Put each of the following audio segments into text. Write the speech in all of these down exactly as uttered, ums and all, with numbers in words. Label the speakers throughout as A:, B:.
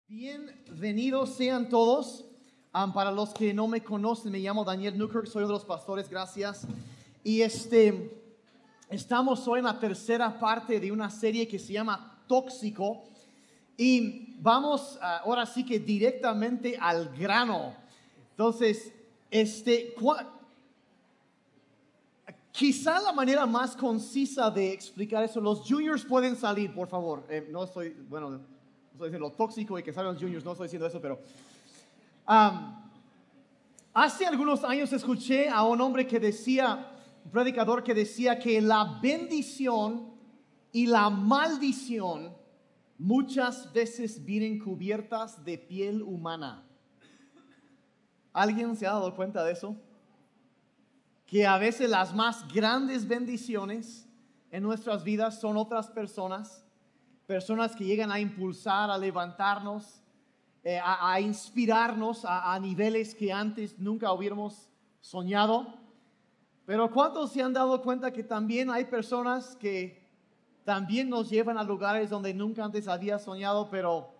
A: Bienvenidos sean todos. Um, para los que no me conocen, me llamo Daniel Newkirk, soy uno de los pastores, gracias. Y este, estamos hoy en la tercera parte de una serie que se llama Tóxico. Y vamos uh, ahora sí que directamente al grano. Entonces, este, quizá la manera más concisa de explicar eso, los juniors pueden salir, por favor. Eh, no estoy, bueno, no estoy diciendo lo tóxico y que salgan los juniors, no estoy diciendo eso, pero um, hace algunos años escuché a un hombre que decía, un predicador que decía que la bendición y la maldición muchas veces vienen cubiertas de piel humana. ¿Alguien se ha dado cuenta de eso? Que a veces las más grandes bendiciones en nuestras vidas son otras personas, personas que llegan a impulsar, a levantarnos, eh, a, a inspirarnos a, a niveles que antes nunca hubiéramos soñado. Pero ¿cuántos se han dado cuenta que también hay personas que también nos llevan a lugares donde nunca antes había soñado, pero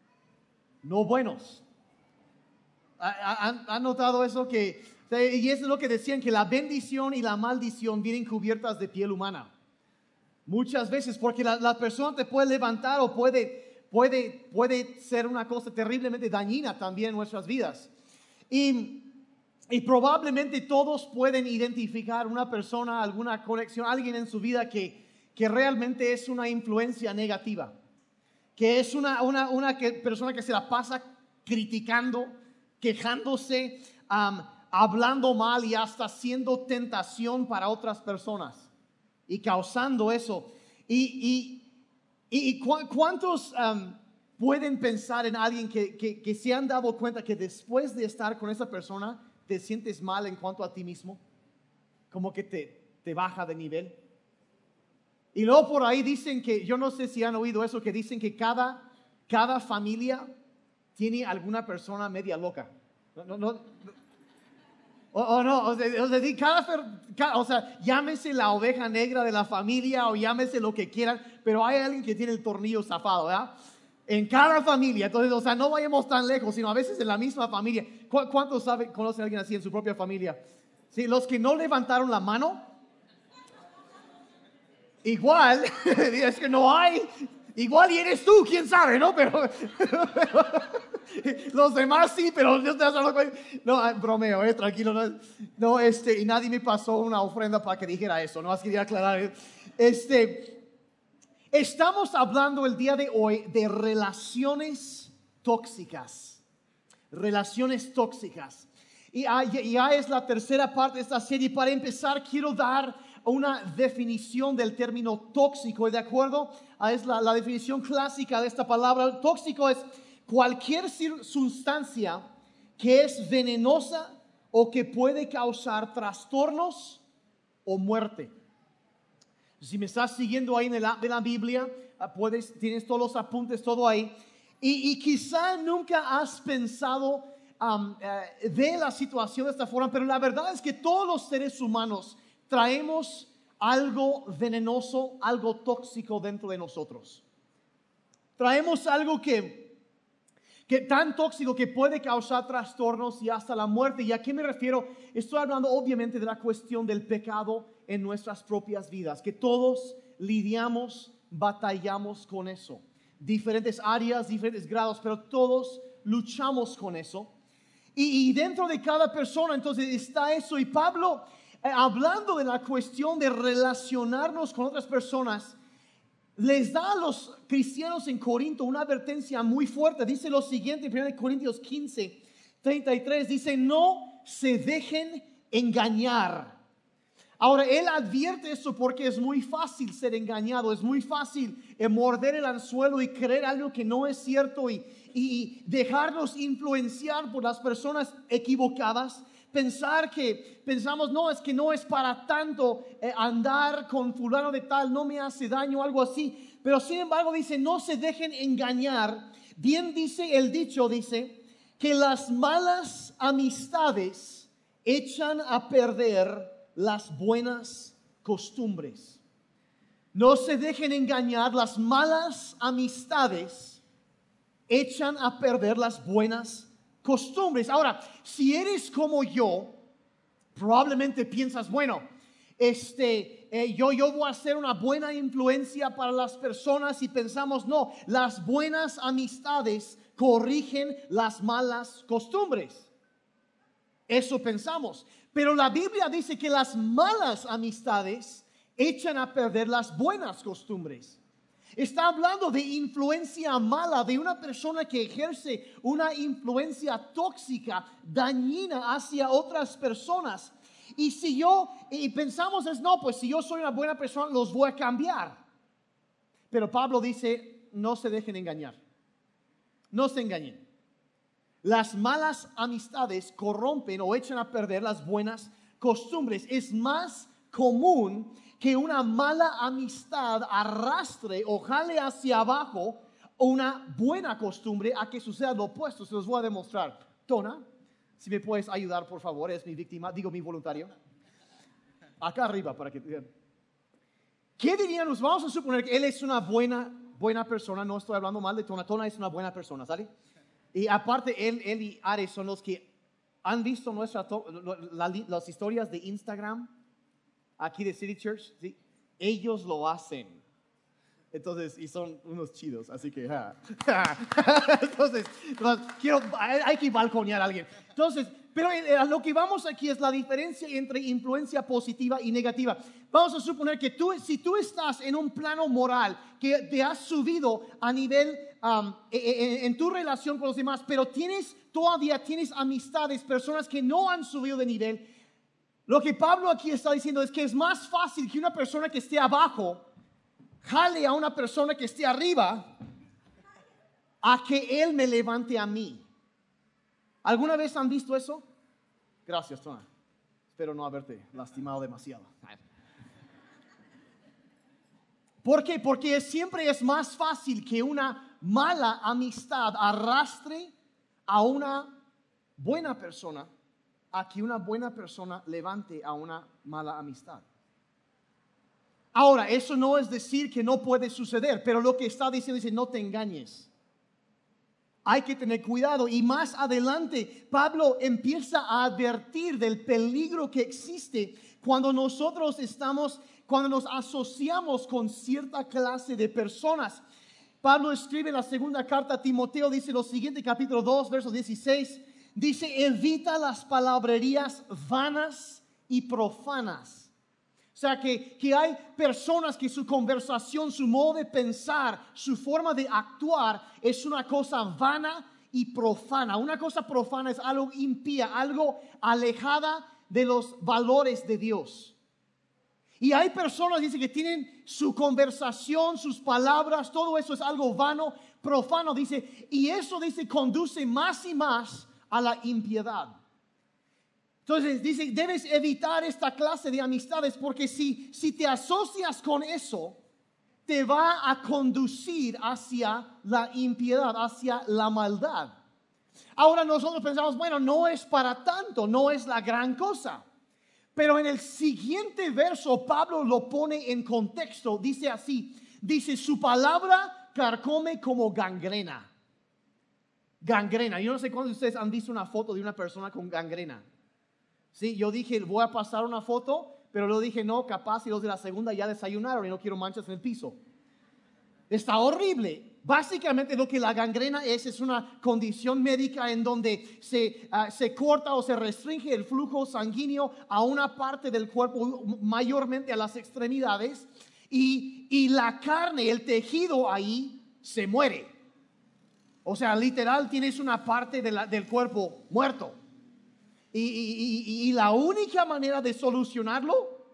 A: no buenos? ¿Han, han notado eso? Que, y eso es lo que decían, que la bendición y la maldición vienen cubiertas de piel humana. Muchas veces, porque la, la persona te puede levantar o puede, puede, puede ser una cosa terriblemente dañina también en nuestras vidas. Y, y probablemente todos pueden identificar una persona, alguna conexión, alguien en su vida que, que realmente es una influencia negativa. Que es una, una, una que, persona que se la pasa criticando, quejándose, um, hablando mal y hasta siendo tentación para otras personas y causando eso. Y, y, y, y cu- ¿cuántos um, pueden pensar en alguien que, que, que se han dado cuenta que después de estar con esa persona te sientes mal en cuanto a ti mismo? Como que te, te baja de nivel. Y luego por ahí dicen que, yo no sé si han oído eso, que dicen que cada, cada familia tiene alguna persona media loca. No, no, no. O, o no, o sea, o sea, cada, cada, o sea, llámese la oveja negra de la familia o llámese lo que quieran, pero hay alguien que tiene el tornillo zafado, ¿verdad? En cada familia. Entonces, o sea, no vayamos tan lejos, sino a veces en la misma familia. ¿Cu- ¿Cuántos saben, conocen a alguien así en su propia familia? Sí, los que no levantaron la mano, igual, es que no hay. Igual y eres tú, quién sabe, ¿no? Pero, pero los demás sí, pero Dios te ha dado cuenta. No, bromeo, eh, tranquilo. No, no, este, y nadie me pasó una ofrenda para que dijera eso, no más quería aclarar. Este, estamos hablando el día de hoy de relaciones tóxicas. Relaciones tóxicas. Y ya, ya es la tercera parte de esta serie. Para empezar, quiero dar una definición del término tóxico. Y de acuerdo a es la, la definición clásica de esta palabra, tóxico es cualquier sustancia que es venenosa o que puede causar trastornos o muerte. Si me estás siguiendo ahí en la, de la Biblia, puedes, tienes todos los apuntes, todo ahí. Y, y quizá nunca has pensado um, uh, de la situación de esta forma, pero la verdad es que todos los seres humanos traemos algo venenoso, algo tóxico dentro de nosotros. Traemos algo que, que tan tóxico que puede causar trastornos y hasta la muerte. ¿Y a qué me refiero? Estoy hablando obviamente de la cuestión del pecado en nuestras propias vidas, que todos lidiamos, batallamos con eso. Diferentes áreas, diferentes grados, pero todos luchamos con eso. Y, y dentro de cada persona entonces está eso. Y Pablo, eh, hablando de la cuestión de relacionarnos con otras personas, les da a los cristianos en Corinto una advertencia muy fuerte. Dice lo siguiente en primera Corintios quince, treinta y tres, dice: no se dejen engañar. Ahora, él advierte eso porque es muy fácil ser engañado, es muy fácil eh, morder el anzuelo y creer algo que no es cierto y, y dejarnos influenciar por las personas equivocadas. Pensar que, pensamos, no, es que no es para tanto eh, andar con fulano de tal, no me hace daño, algo así. Pero sin embargo dice, no se dejen engañar. Bien dice el dicho, dice, que las malas amistades echan a perder las buenas costumbres. No se dejen engañar, las malas amistades echan a perder las buenas costumbres. Ahora, si eres como yo, probablemente piensas, bueno, este, eh, yo, yo voy a ser una buena influencia para las personas, y pensamos, no, las buenas amistades corrigen las malas costumbres. Eso pensamos. Pero la Biblia dice que las malas amistades echan a perder las buenas costumbres. Está hablando de influencia mala, de una persona que ejerce una influencia tóxica, dañina hacia otras personas. Y si yo, y pensamos es, no, pues si yo soy una buena persona, los voy a cambiar. Pero Pablo dice, no se dejen engañar. No se engañen. Las malas amistades corrompen o echan a perder las buenas costumbres. Es más común que una mala amistad arrastre o jale hacia abajo una buena costumbre a que suceda lo opuesto. Se los voy a demostrar. Tona, si me puedes ayudar, por favor, es mi víctima, digo mi voluntario. Acá arriba para que vean. ¿Qué dirían? Nos vamos a suponer que él es una buena, buena persona. No estoy hablando mal de Tona. Tona es una buena persona, ¿sale? Y aparte, él, él y Ares son los que han visto nuestra, la, las historias de Instagram aquí de City Church, ¿sí? Ellos lo hacen. Entonces, y son unos chidos, así que, ja. Entonces, quiero, hay que balconear a alguien. Entonces, pero a lo que vamos aquí es la diferencia entre influencia positiva y negativa. Vamos a suponer que tú, si tú estás en un plano moral, que te has subido a nivel, um, en, en tu relación con los demás, pero tienes, todavía tienes amistades, personas que no han subido de nivel. Lo que Pablo aquí está diciendo es que es más fácil que una persona que esté abajo jale a una persona que esté arriba a que él me levante a mí. ¿Alguna vez han visto eso? Gracias, Tona. Espero no haberte lastimado demasiado. ¿Por qué? Porque siempre es más fácil que una mala amistad arrastre a una buena persona a que una buena persona levante a una mala amistad. Ahora, eso no es decir que no puede suceder, pero lo que está diciendo dice, no te engañes. Hay que tener cuidado. Y más adelante, Pablo empieza a advertir del peligro que existe cuando nosotros estamos, cuando nos asociamos con cierta clase de personas. Pablo escribe en la segunda carta a Timoteo, dice lo siguiente, capítulo dos, verso dieciséis, dice, evita las palabrerías vanas y profanas. O sea, que, que hay personas que su conversación, su modo de pensar, su forma de actuar es una cosa vana y profana. Una cosa profana es algo impía, algo alejada de los valores de Dios. Y hay personas, dice, que tienen su conversación, sus palabras, todo eso es algo vano, profano, dice, y eso, dice, conduce más y más a la impiedad. Entonces dice, debes evitar esta clase de amistades porque si, si te asocias con eso, te va a conducir hacia la impiedad, hacia la maldad. Ahora nosotros pensamos, bueno, no es para tanto, no es la gran cosa. Pero en el siguiente verso Pablo lo pone en contexto, dice así, dice, su palabra carcome como gangrena. Gangrena, yo no sé cuántos de ustedes han visto una foto de una persona con gangrena. Sí, yo dije, voy a pasar una foto, pero luego dije, no, capaz y los de la segunda ya desayunaron y no quiero manchas en el piso. Está horrible. Básicamente lo que la gangrena es, es una condición médica en donde se, uh, se corta o se restringe el flujo sanguíneo a una parte del cuerpo, mayormente a las extremidades, y, y la carne, el tejido ahí, se muere. O sea, literal tienes una parte de la, del cuerpo muerto. Y, y, y, y la única manera de solucionarlo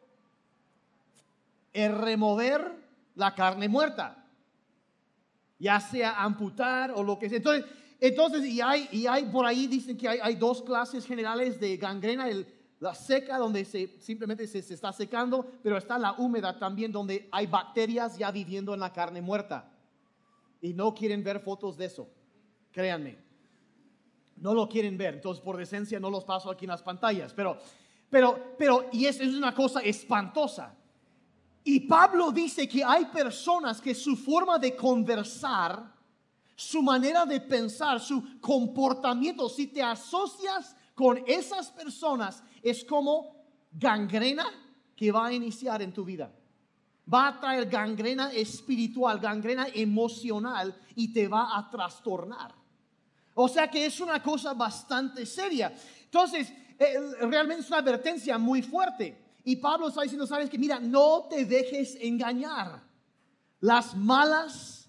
A: es remover la carne muerta, ya sea amputar o lo que sea. Entonces, entonces y, hay, y hay por ahí dicen que hay, hay dos clases generales de gangrena, el, la seca donde se, simplemente se, se está secando, pero está la húmeda también donde hay bacterias ya viviendo en la carne muerta. Y no quieren ver fotos de eso, créanme. No lo quieren ver, entonces por decencia no los paso aquí en las pantallas, pero, pero, pero, y es, es una cosa espantosa. Y Pablo dice que hay personas que su forma de conversar, su manera de pensar, su comportamiento. Si te asocias con esas personas, es como gangrena que va a iniciar en tu vida. Va a traer gangrena espiritual, gangrena emocional y te va a trastornar. O sea que es una cosa bastante seria. Entonces, eh, realmente es una advertencia muy fuerte. Y Pablo está diciendo, sabes que mira, no te dejes engañar. Las malas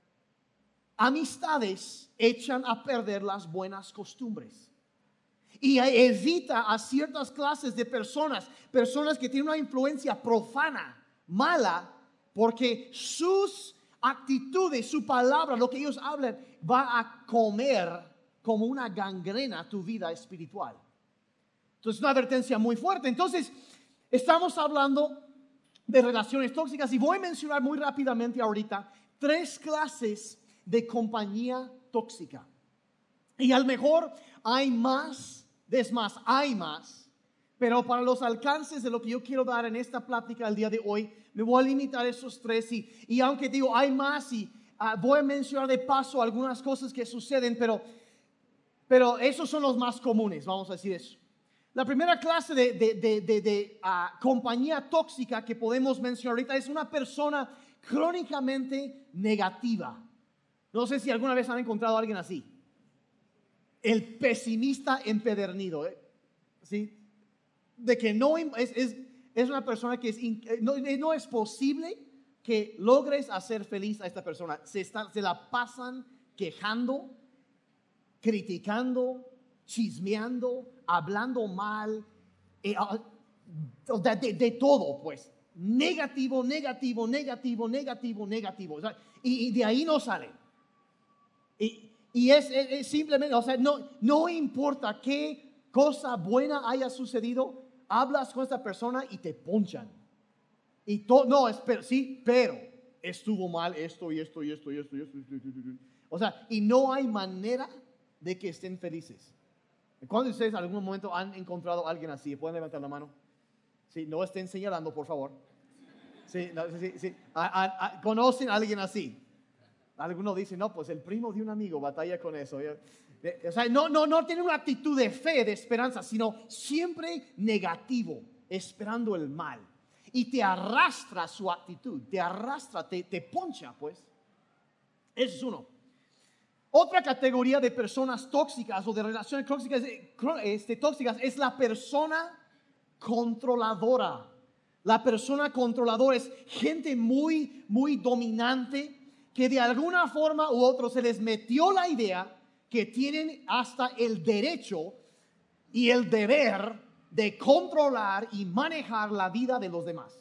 A: amistades echan a perder las buenas costumbres. Y evita a ciertas clases de personas, personas que tienen una influencia profana, mala, porque sus actitudes, su palabra, lo que ellos hablan, va a comer como una gangrena tu vida espiritual. Entonces, es una advertencia muy fuerte. Entonces, estamos hablando de relaciones tóxicas y voy a mencionar muy rápidamente ahorita tres clases de compañía tóxica. Y a lo mejor hay más, es más, hay más, pero para los alcances de lo que yo quiero dar en esta plática el día de hoy, me voy a limitar a esos tres. Y, y aunque digo hay más y uh, voy a mencionar de paso algunas cosas que suceden, pero, pero esos son los más comunes, vamos a decir eso. La primera clase de, de, de, de, de uh, compañía tóxica que podemos mencionar ahorita es una persona crónicamente negativa. No sé si alguna vez han encontrado a alguien así. El pesimista empedernido, ¿eh? ¿Sí? De que no es, es, es una persona que es, no, no es posible que logres hacer feliz a esta persona. Se, está, se la pasan quejando, criticando, chismeando, hablando mal, eh, de, de, de todo, pues. Negativo, negativo, negativo, negativo, negativo. O sea, y, y de ahí no sale. Y, y es, es, es simplemente, o sea, no, no importa qué cosa buena haya sucedido, hablas con esta persona y te ponchan. Y todo, no, es, pero, sí, pero estuvo mal esto y esto y esto y esto y esto. Y esto, y esto, y esto. O sea, y no hay manera de que estén felices. ¿Cuántos de ustedes en algún momento han encontrado a alguien así? ¿Pueden levantar la mano? Sí, no estén señalando, por favor. Sí, no, sí, sí. A, a, a, ¿conocen a alguien así? Algunos dicen, no, pues el primo de un amigo batalla con eso. O sea, no, no, no tiene una actitud de fe, de esperanza, sino siempre negativo, esperando el mal. Y te arrastra su actitud, te arrastra, te, te poncha, pues. Eso es uno. Otra categoría de personas tóxicas o de relaciones tóxicas, este, tóxicas es la persona controladora. La persona controladora es gente muy, muy dominante que de alguna forma u otra se les metió la idea que tienen hasta el derecho y el deber de controlar y manejar la vida de los demás.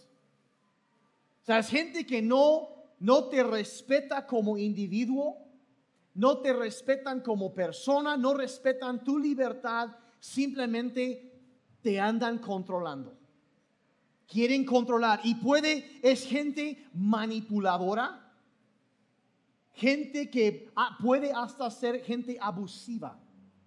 A: O sea, es gente que no, no te respeta como individuo, no te respetan como persona, no respetan tu libertad, simplemente te andan controlando. Quieren controlar y puede, es gente manipuladora, gente que ah, puede hasta ser gente abusiva,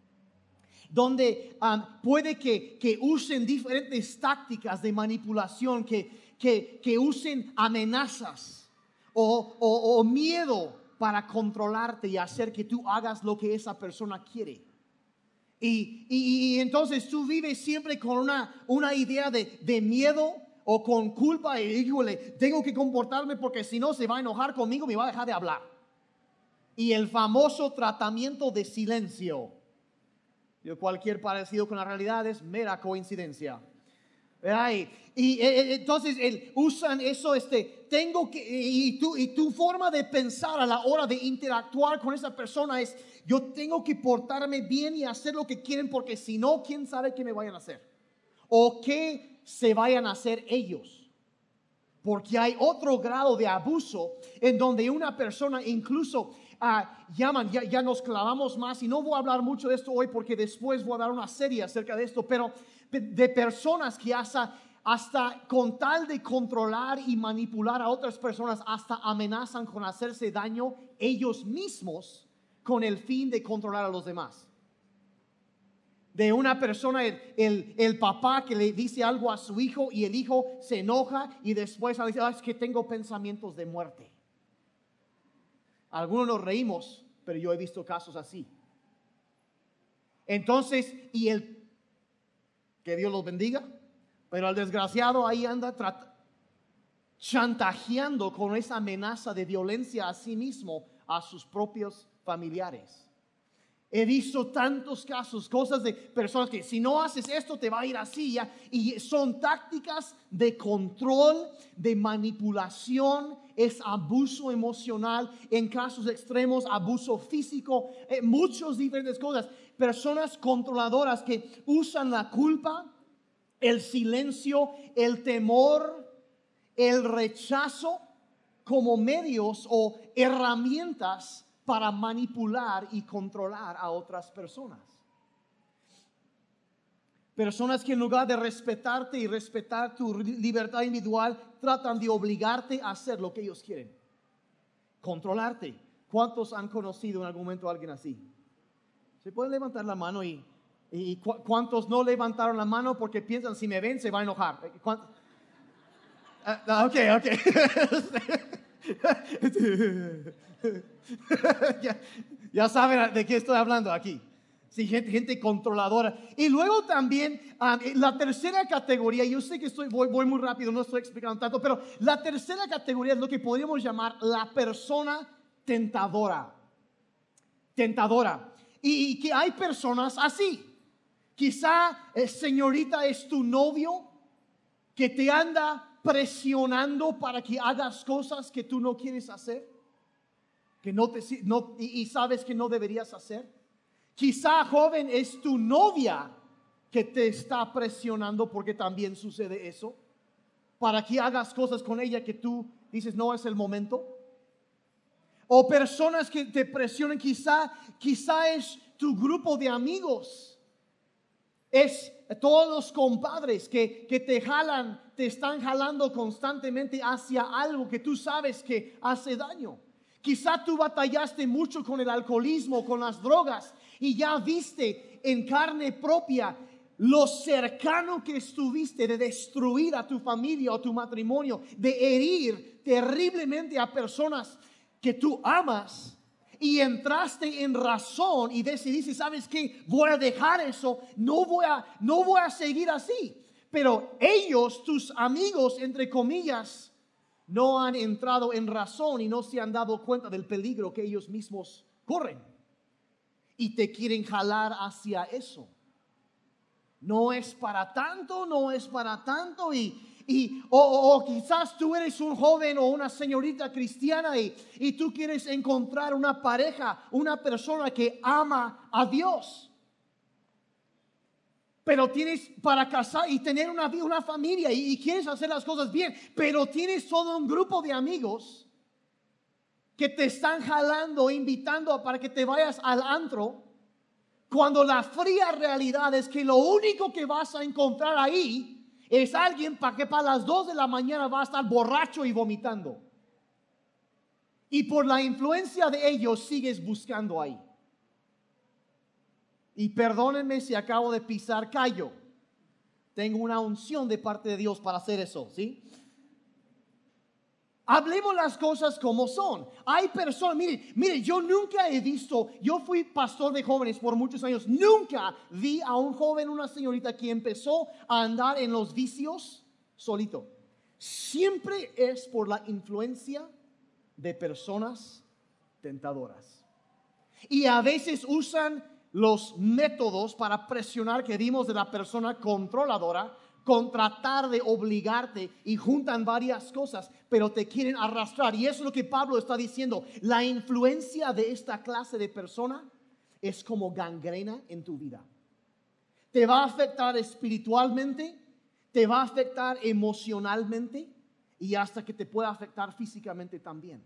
A: donde um, puede que, que usen diferentes tácticas de manipulación, que, que, que usen amenazas o, o, o miedo para controlarte y hacer que tú hagas lo que esa persona quiere. Y, y, y entonces tú vives siempre con una, una idea de, de miedo o con culpa. Y híjole, tengo que comportarme porque si no se va a enojar conmigo, me va a dejar de hablar. Y el famoso tratamiento de silencio. Cualquier parecido con la realidad es mera coincidencia. Ay, y eh, entonces el, usan eso, este, tengo que, y tu, y tu forma de pensar a la hora de interactuar con esa persona es, yo tengo que portarme bien y hacer lo que quieren porque si no, quién sabe qué me vayan a hacer o qué se vayan a hacer ellos. Porque hay otro grado de abuso en donde una persona incluso uh, llaman, ya, ya nos clavamos más y no voy a hablar mucho de esto hoy porque después voy a dar una serie acerca de esto, pero de personas que hasta, hasta con tal de controlar y manipular a otras personas, hasta amenazan con hacerse daño ellos mismos con el fin de controlar a los demás. De una persona, el, el, el papá que le dice algo a su hijo y el hijo se enoja y después dice, ah, es que tengo pensamientos de muerte. Algunos nos reímos, pero yo he visto casos así. Entonces, y el, que Dios los bendiga, pero el desgraciado ahí anda trat, chantajeando con esa amenaza de violencia a sí mismo, a sus propios familiares. He visto tantos casos, cosas de personas que si no haces esto te va a ir así, ya, y son tácticas de control, de manipulación, es abuso emocional, en casos extremos abuso físico, eh, muchas diferentes cosas. Personas controladoras que usan la culpa, el silencio, el temor, el rechazo como medios o herramientas para manipular y controlar a otras personas. Personas que en lugar de respetarte y respetar tu libertad individual, tratan de obligarte a hacer lo que ellos quieren. Controlarte. ¿Cuántos han conocido en algún momento a alguien así? ¿Se pueden levantar la mano? Y, y cu ¿cuántos no levantaron la mano porque piensan si me ven se va a enojar? ¿Cuántos? Uh, ok, ok. ya, ya saben de qué estoy hablando aquí. Sí, gente, gente controladora. Y luego también um, la tercera categoría, yo sé que estoy, voy, voy muy rápido, no estoy explicando tanto, pero la tercera categoría es lo que podríamos llamar la persona tentadora. Tentadora. Y, y que hay personas así. Quizá, eh, señorita, es tu novio que te anda presionando para que hagas cosas que tú no quieres hacer, que no te, no, y, y sabes que no deberías hacer. Quizá, joven, es tu novia que te está presionando, porque también sucede eso, para que hagas cosas con ella que tú dices no es el momento. O personas que te presionan, quizá, quizá es tu grupo de amigos. Es todos los compadres que, que te jalan, te están jalando constantemente hacia algo que tú sabes que hace daño. Quizá tú batallaste mucho con el alcoholismo, con las drogas, y ya viste en carne propia lo cercano que estuviste de destruir a tu familia o tu matrimonio, de herir terriblemente a personas que tú amas. Y entraste en razón y decidiste, ¿sabes qué? Voy a dejar eso, no voy a, no voy a seguir así. Pero ellos, tus amigos, entre comillas, no han entrado en razón y no se han dado cuenta del peligro que ellos mismos corren. Y te quieren jalar hacia eso. No es para tanto, no es para tanto y... Y, o, o quizás tú eres un joven o una señorita cristiana y, y tú quieres encontrar una pareja, una persona que ama a Dios. Pero tienes para casar y tener una, una familia y, y quieres hacer las cosas bien, pero tienes todo un grupo de amigos que te están jalando, invitando para que te vayas al antro, cuando la fría realidad es que lo único que vas a encontrar ahí es alguien para que para las dos de la mañana va a estar borracho y vomitando. Y por la influencia de ellos sigues buscando ahí. Y perdónenme si acabo de pisar callo. Tengo una unción de parte de Dios para hacer eso, ¿sí? Hablemos las cosas como son. Hay personas, mire, mire, yo nunca he visto, yo fui pastor de jóvenes por muchos años, nunca vi a un joven, una señorita que empezó a andar en los vicios solito. Siempre es por la influencia de personas tentadoras. Y a veces usan los métodos para presionar que dimos de la persona controladora, con tratar de obligarte, y juntan varias cosas, pero te quieren arrastrar. Y eso es lo que Pablo está diciendo. La influencia de esta clase de persona es como gangrena en tu vida. Te va a afectar espiritualmente, te va a afectar emocionalmente y hasta que te pueda afectar físicamente también.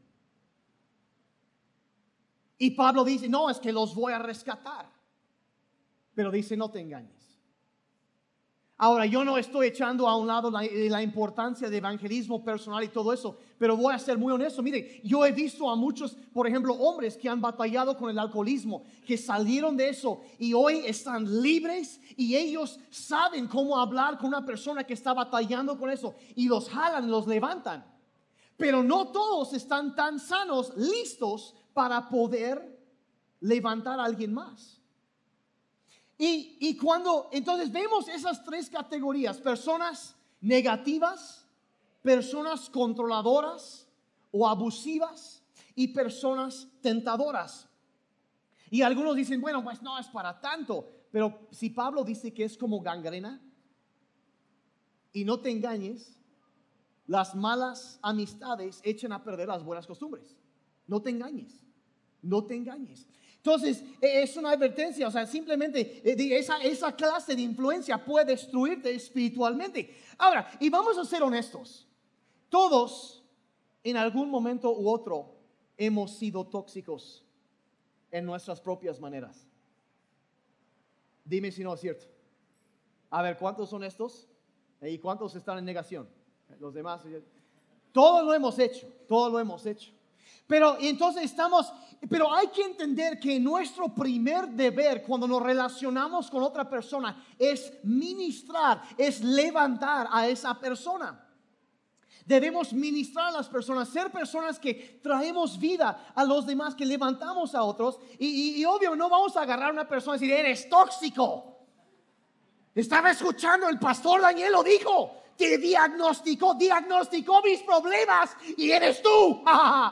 A: Y Pablo dice, no, es que los voy a rescatar. Pero dice, no te engañes. Ahora, yo no estoy echando a un lado la, la importancia de evangelismo personal y todo eso, pero voy a ser muy honesto. Mire, yo he visto a muchos, por ejemplo, hombres que han batallado con el alcoholismo, que salieron de eso y hoy están libres y ellos saben cómo hablar con una persona que está batallando con eso y los jalan, los levantan. Pero no todos están tan sanos, listos para poder levantar a alguien más. Y, y cuando, entonces vemos esas tres categorías: personas negativas, personas controladoras o abusivas y personas tentadoras. Y algunos dicen, bueno, pues no es para tanto, pero si Pablo dice que es como gangrena, y no te engañes, las malas amistades echan a perder las buenas costumbres. No te engañes, no te engañes. Entonces, es una advertencia, o sea, simplemente esa, esa clase de influencia puede destruirte espiritualmente. Ahora, y vamos a ser honestos, todos en algún momento u otro hemos sido tóxicos en nuestras propias maneras. Dime si no es cierto. A ver, ¿cuántos son estos? ¿Y cuántos están en negación? Los demás. Todos lo hemos hecho, todos lo hemos hecho. Pero entonces estamos, pero hay que entender que nuestro primer deber cuando nos relacionamos con otra persona es ministrar, es levantar a esa persona. Debemos ministrar a las personas, ser personas que traemos vida a los demás, que levantamos a otros. Y, y, y obvio, no vamos a agarrar a una persona y decir, eres tóxico. Estaba escuchando, el pastor Daniel lo dijo, te diagnosticó, diagnosticó mis problemas y eres tú.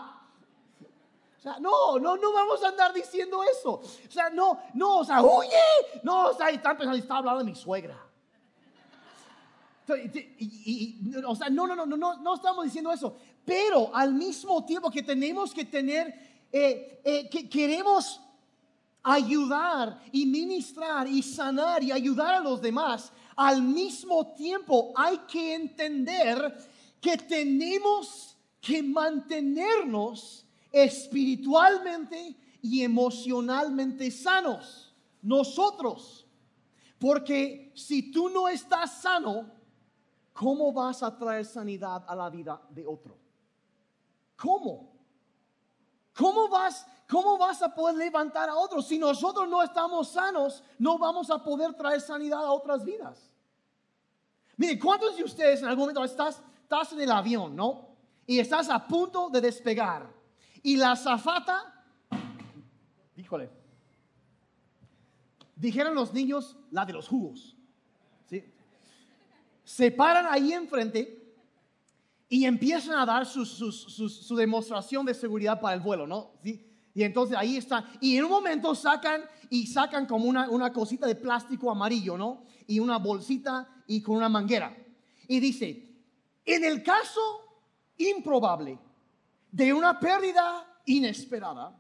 A: O sea, no, no, no vamos a andar diciendo eso. O sea, no, no, o sea, oye, no, o sea, está pensando, está hablando de mi suegra. Y, y, y, o sea, no, no, no, no, no, no estamos diciendo eso. Pero al mismo tiempo que tenemos que tener, eh, eh, que queremos ayudar y ministrar y sanar y ayudar a los demás, al mismo tiempo hay que entender que tenemos que mantenernos espiritualmente y emocionalmente sanos nosotros, porque si tú no estás sano, ¿cómo vas a traer sanidad a la vida de otro? ¿Cómo? ¿Cómo vas, cómo vas a poder levantar a otros? Si nosotros no estamos sanos, no vamos a poder traer sanidad a otras vidas. Mire, ¿cuántos de ustedes en algún momento estás, estás en el avión, ¿no? Y estás a punto de despegar. Y la azafata, híjole, dijeron los niños, la de los jugos, ¿sí? Se paran ahí enfrente y empiezan a dar su, su, su, su demostración de seguridad para el vuelo, ¿no? ¿Sí? Y entonces ahí están, y en un momento sacan y sacan como una, una cosita de plástico amarillo, ¿no? Y una bolsita y con una manguera. Y dice, en el caso improbable de una pérdida inesperada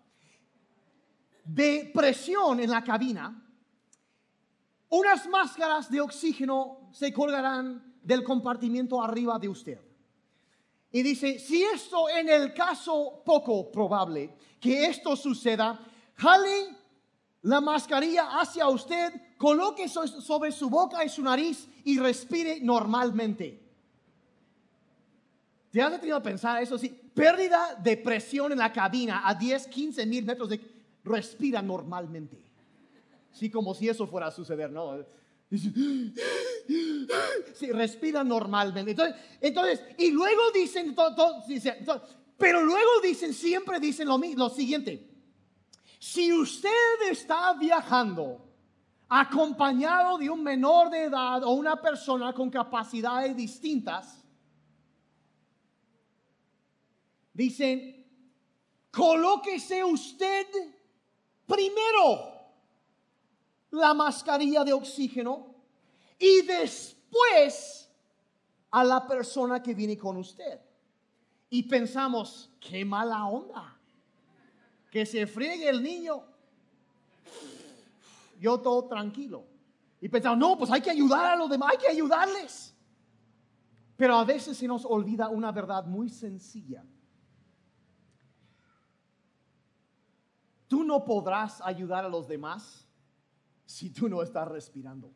A: de presión en la cabina, unas máscaras de oxígeno se colgarán del compartimiento arriba de usted. Y dice, si esto en el caso poco probable que esto suceda, jale la mascarilla hacia usted, coloque sobre su boca y su nariz y respire normalmente. ¿Te has tenido a pensar eso? Sí, pérdida de presión en la cabina a diez, quince mil metros de... Respira normalmente. Sí, como si eso fuera a suceder, ¿no? Sí, respira normalmente. Entonces, entonces y luego dicen, to, to, dice, to, pero luego dicen, siempre dicen lo, lo siguiente. Si usted está viajando acompañado de un menor de edad o una persona con capacidades distintas, dicen, colóquese usted primero la mascarilla de oxígeno y después a la persona que viene con usted. Y pensamos, qué mala onda, que se friegue el niño, yo todo tranquilo. Y pensamos, no, pues hay que ayudar a los demás, hay que ayudarles. Pero a veces se nos olvida una verdad muy sencilla. Tú no podrás ayudar a los demás si tú no estás respirando.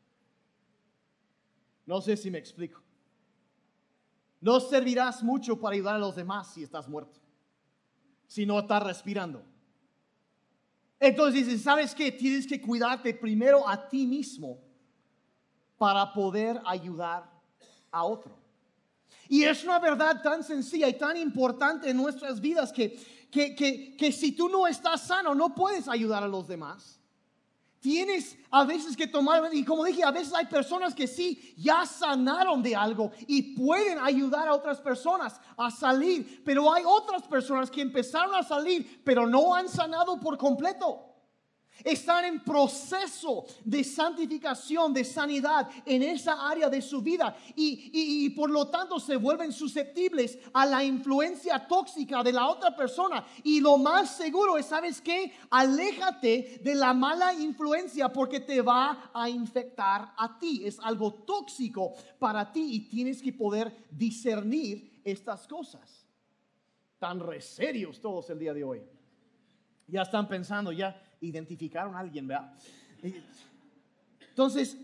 A: No sé si me explico. No servirás mucho para ayudar a los demás si estás muerto, si no estás respirando. Entonces dices, ¿sabes qué? Tienes que cuidarte primero a ti mismo para poder ayudar a otro. Y es una verdad tan sencilla y tan importante en nuestras vidas que que, que, que si tú no estás sano, no puedes ayudar a los demás. Tienes a veces que tomar, y como dije, a veces hay personas que sí, ya sanaron de algo y pueden ayudar a otras personas a salir, pero hay otras personas que empezaron a salir, pero no han sanado por completo. Están en proceso de santificación, de sanidad en esa área de su vida y, y, y por lo tanto se vuelven susceptibles a la influencia tóxica de la otra persona. Y lo más seguro es, ¿sabes qué? Aléjate de la mala influencia porque te va a infectar a ti. Es algo tóxico para ti y tienes que poder discernir estas cosas. Tan re serios todos el día de hoy. Ya están pensando, ya identificaron a alguien, ¿verdad? Entonces,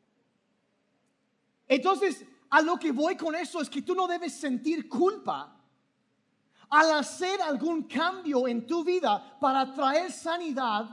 A: entonces, a lo que voy con eso es que tú no debes sentir culpa al hacer algún cambio en tu vida para traer sanidad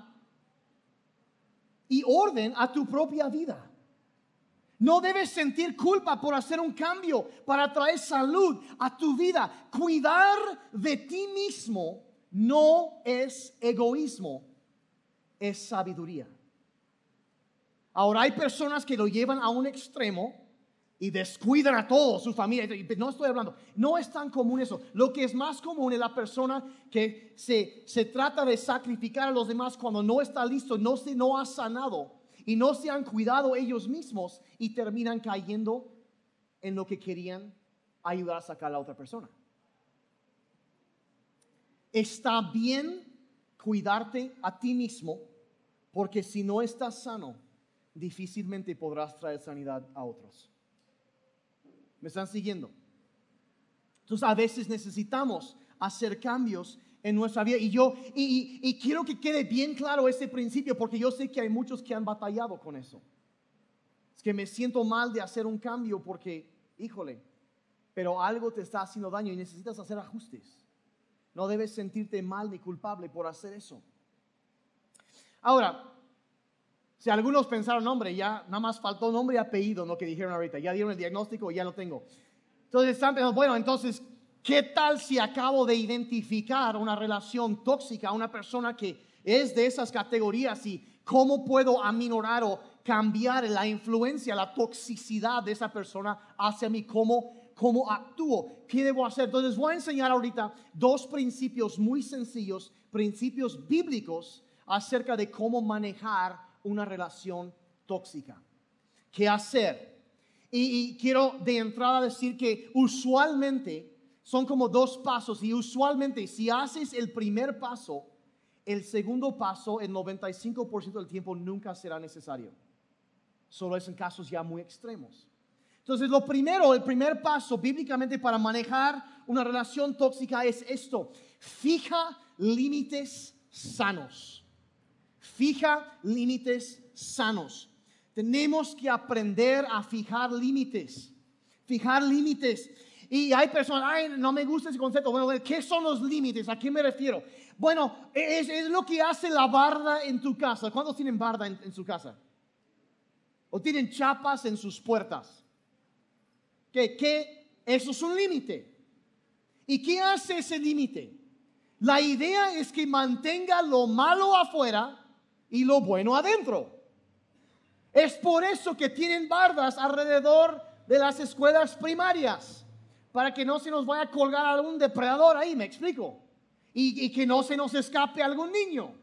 A: y orden a tu propia vida. No debes sentir culpa por hacer un cambio para traer salud a tu vida. Cuidar de ti mismo no es egoísmo, es sabiduría. Ahora hay personas que lo llevan a un extremo y descuidan a todos, su familia. No estoy hablando, no es tan común eso. Lo que es más común es la persona que se, se trata de sacrificar a los demás cuando no está listo, no, se, no ha sanado y no se han cuidado ellos mismos y terminan cayendo en lo que querían ayudar a sacar a la otra persona. Está bien cuidarte a ti mismo, porque si no estás sano, difícilmente podrás traer sanidad a otros. ¿Me están siguiendo? Entonces a veces necesitamos hacer cambios en nuestra vida y yo y, y, y quiero que quede bien claro ese principio, porque yo sé que hay muchos que han batallado con eso. Es que me siento mal de hacer un cambio porque, híjole, pero algo te está haciendo daño y necesitas hacer ajustes. No debes sentirte mal ni culpable por hacer eso. Ahora, si algunos pensaron, hombre, ya nada más faltó nombre y apellido, lo que dijeron ahorita, ya dieron el diagnóstico y ya lo tengo. Entonces están pensando, bueno, entonces, ¿qué tal si acabo de identificar una relación tóxica a una persona que es de esas categorías y cómo puedo aminorar o cambiar la influencia, la toxicidad de esa persona hacia mí? ¿Cómo ¿Cómo actúo? ¿Qué debo hacer? Entonces voy a enseñar ahorita dos principios muy sencillos, principios bíblicos acerca de cómo manejar una relación tóxica. ¿Qué hacer? Y, y quiero de entrada decir que usualmente son como dos pasos y usualmente si haces el primer paso, el segundo paso, el noventa y cinco por ciento del tiempo nunca será necesario. Solo es en casos ya muy extremos. Entonces, lo primero, el primer paso bíblicamente para manejar una relación tóxica es esto: fija límites sanos. Fija límites sanos. Tenemos que aprender a fijar límites. Fijar límites. Y hay personas, ay, no me gusta ese concepto. Bueno, ¿qué son los límites? ¿A qué me refiero? Bueno, es, es lo que hace la barda en tu casa. ¿Cuántos tienen barda en, en su casa? ¿O tienen chapas en sus puertas? Que, que eso es un límite. ¿Y qué hace ese límite? La idea es que mantenga lo malo afuera y lo bueno adentro. Es por eso que tienen bardas alrededor de las escuelas primarias, para que no se nos vaya a colgar algún depredador ahí, me explico, y, y que no se nos escape algún niño.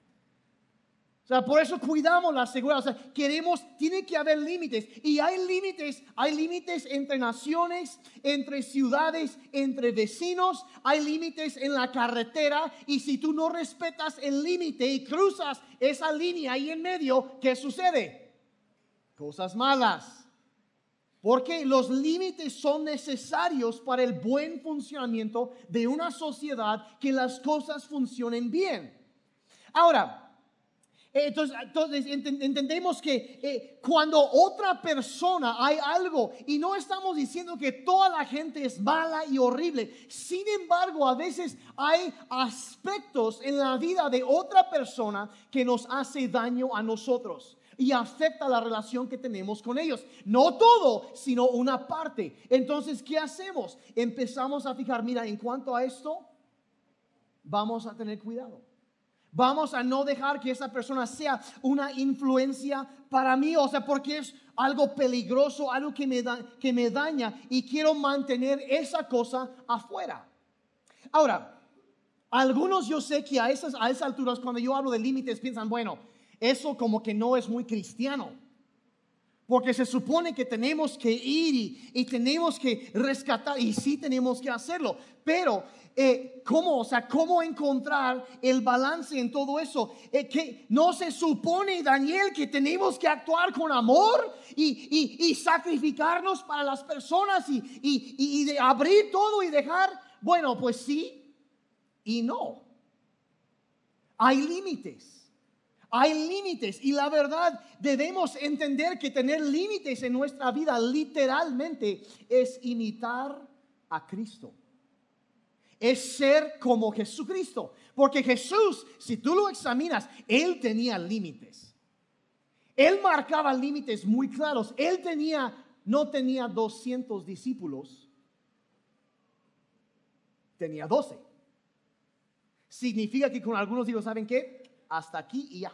A: O sea, por eso cuidamos la seguridad. O sea, queremos, tiene que haber límites. Y hay límites, hay límites entre naciones, entre ciudades, entre vecinos. Hay límites en la carretera. Y si tú no respetas el límite y cruzas esa línea ahí en medio, ¿qué sucede? Cosas malas. Porque los límites son necesarios para el buen funcionamiento de una sociedad, que las cosas funcionen bien. Ahora, Entonces, entonces entendemos que eh, cuando otra persona hay algo, y no estamos diciendo que toda la gente es mala y horrible, sin embargo a veces hay aspectos en la vida de otra persona que nos hace daño a nosotros y afecta la relación que tenemos con ellos. No todo, sino una parte. Entonces, ¿qué hacemos? Empezamos a fijar, mira, en cuanto a esto, vamos a tener cuidado. Vamos a no dejar que esa persona sea una influencia para mí, o sea, porque es algo peligroso, algo que me, da, que me daña y quiero mantener esa cosa afuera. Ahora, algunos yo sé que a esas, a esas alturas cuando yo hablo de límites piensan, bueno, eso como que no es muy cristiano. Porque se supone que tenemos que ir y, y tenemos que rescatar, y sí tenemos que hacerlo, pero eh, ¿cómo? O sea, ¿cómo encontrar el balance en todo eso? Eh, que no se supone, Daniel, que tenemos que actuar con amor y, y, y sacrificarnos para las personas y, y, y, y de abrir todo y dejar. Bueno, pues sí y no. Hay límites. Hay límites y la verdad debemos entender que tener límites en nuestra vida literalmente es imitar a Cristo. Es ser como Jesucristo. Porque Jesús, si tú lo examinas, Él tenía límites. Él marcaba límites muy claros. Él tenía, no tenía doscientos discípulos, tenía doce. Significa que con algunos digo, ¿saben qué? Hasta aquí y ya.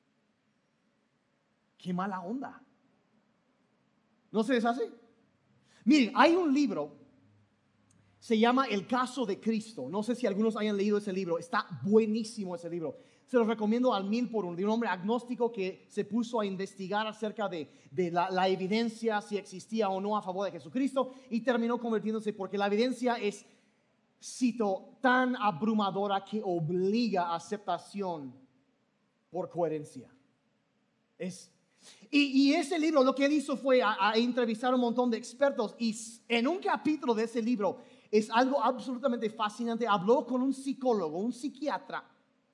A: Qué mala onda. ¿No se les hace? Miren, hay un libro, se llama El Caso de Cristo. No sé si algunos hayan leído ese libro. Está buenísimo ese libro. Se los recomiendo al mil por uno. De un hombre agnóstico que se puso a investigar acerca de, de la, la evidencia, si existía o no a favor de Jesucristo, y terminó convirtiéndose, porque la evidencia es, cito, tan abrumadora que obliga a aceptación por coherencia. Es, y, y ese libro lo que él hizo fue a, a entrevistar a un montón de expertos, y en un capítulo de ese libro es algo absolutamente fascinante. Habló con un psicólogo, un psiquiatra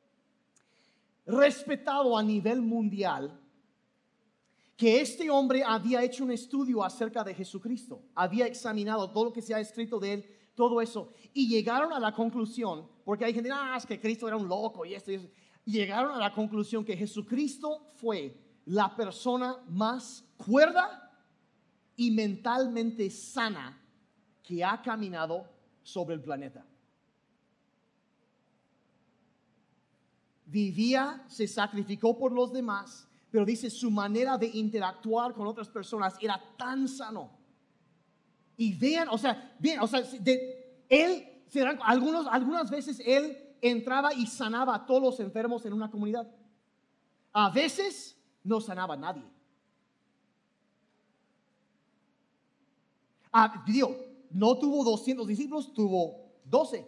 A: respetado a nivel mundial, que este hombre había hecho un estudio acerca de Jesucristo, había examinado todo lo que se ha escrito de él, todo eso, y llegaron a la conclusión, porque hay gente, ah, es que Cristo era un loco y esto y eso. Llegaron a la conclusión que Jesucristo fue la persona más cuerda y mentalmente sana que ha caminado sobre el planeta. Vivía, se sacrificó por los demás, pero dice su manera de interactuar con otras personas era tan sano. Y vean, o sea, bien, o sea, de, él, algunos, algunas veces él entraba y sanaba a todos los enfermos en una comunidad. A veces no sanaba a nadie. Ah, digo, no tuvo doscientos discípulos, tuvo doce.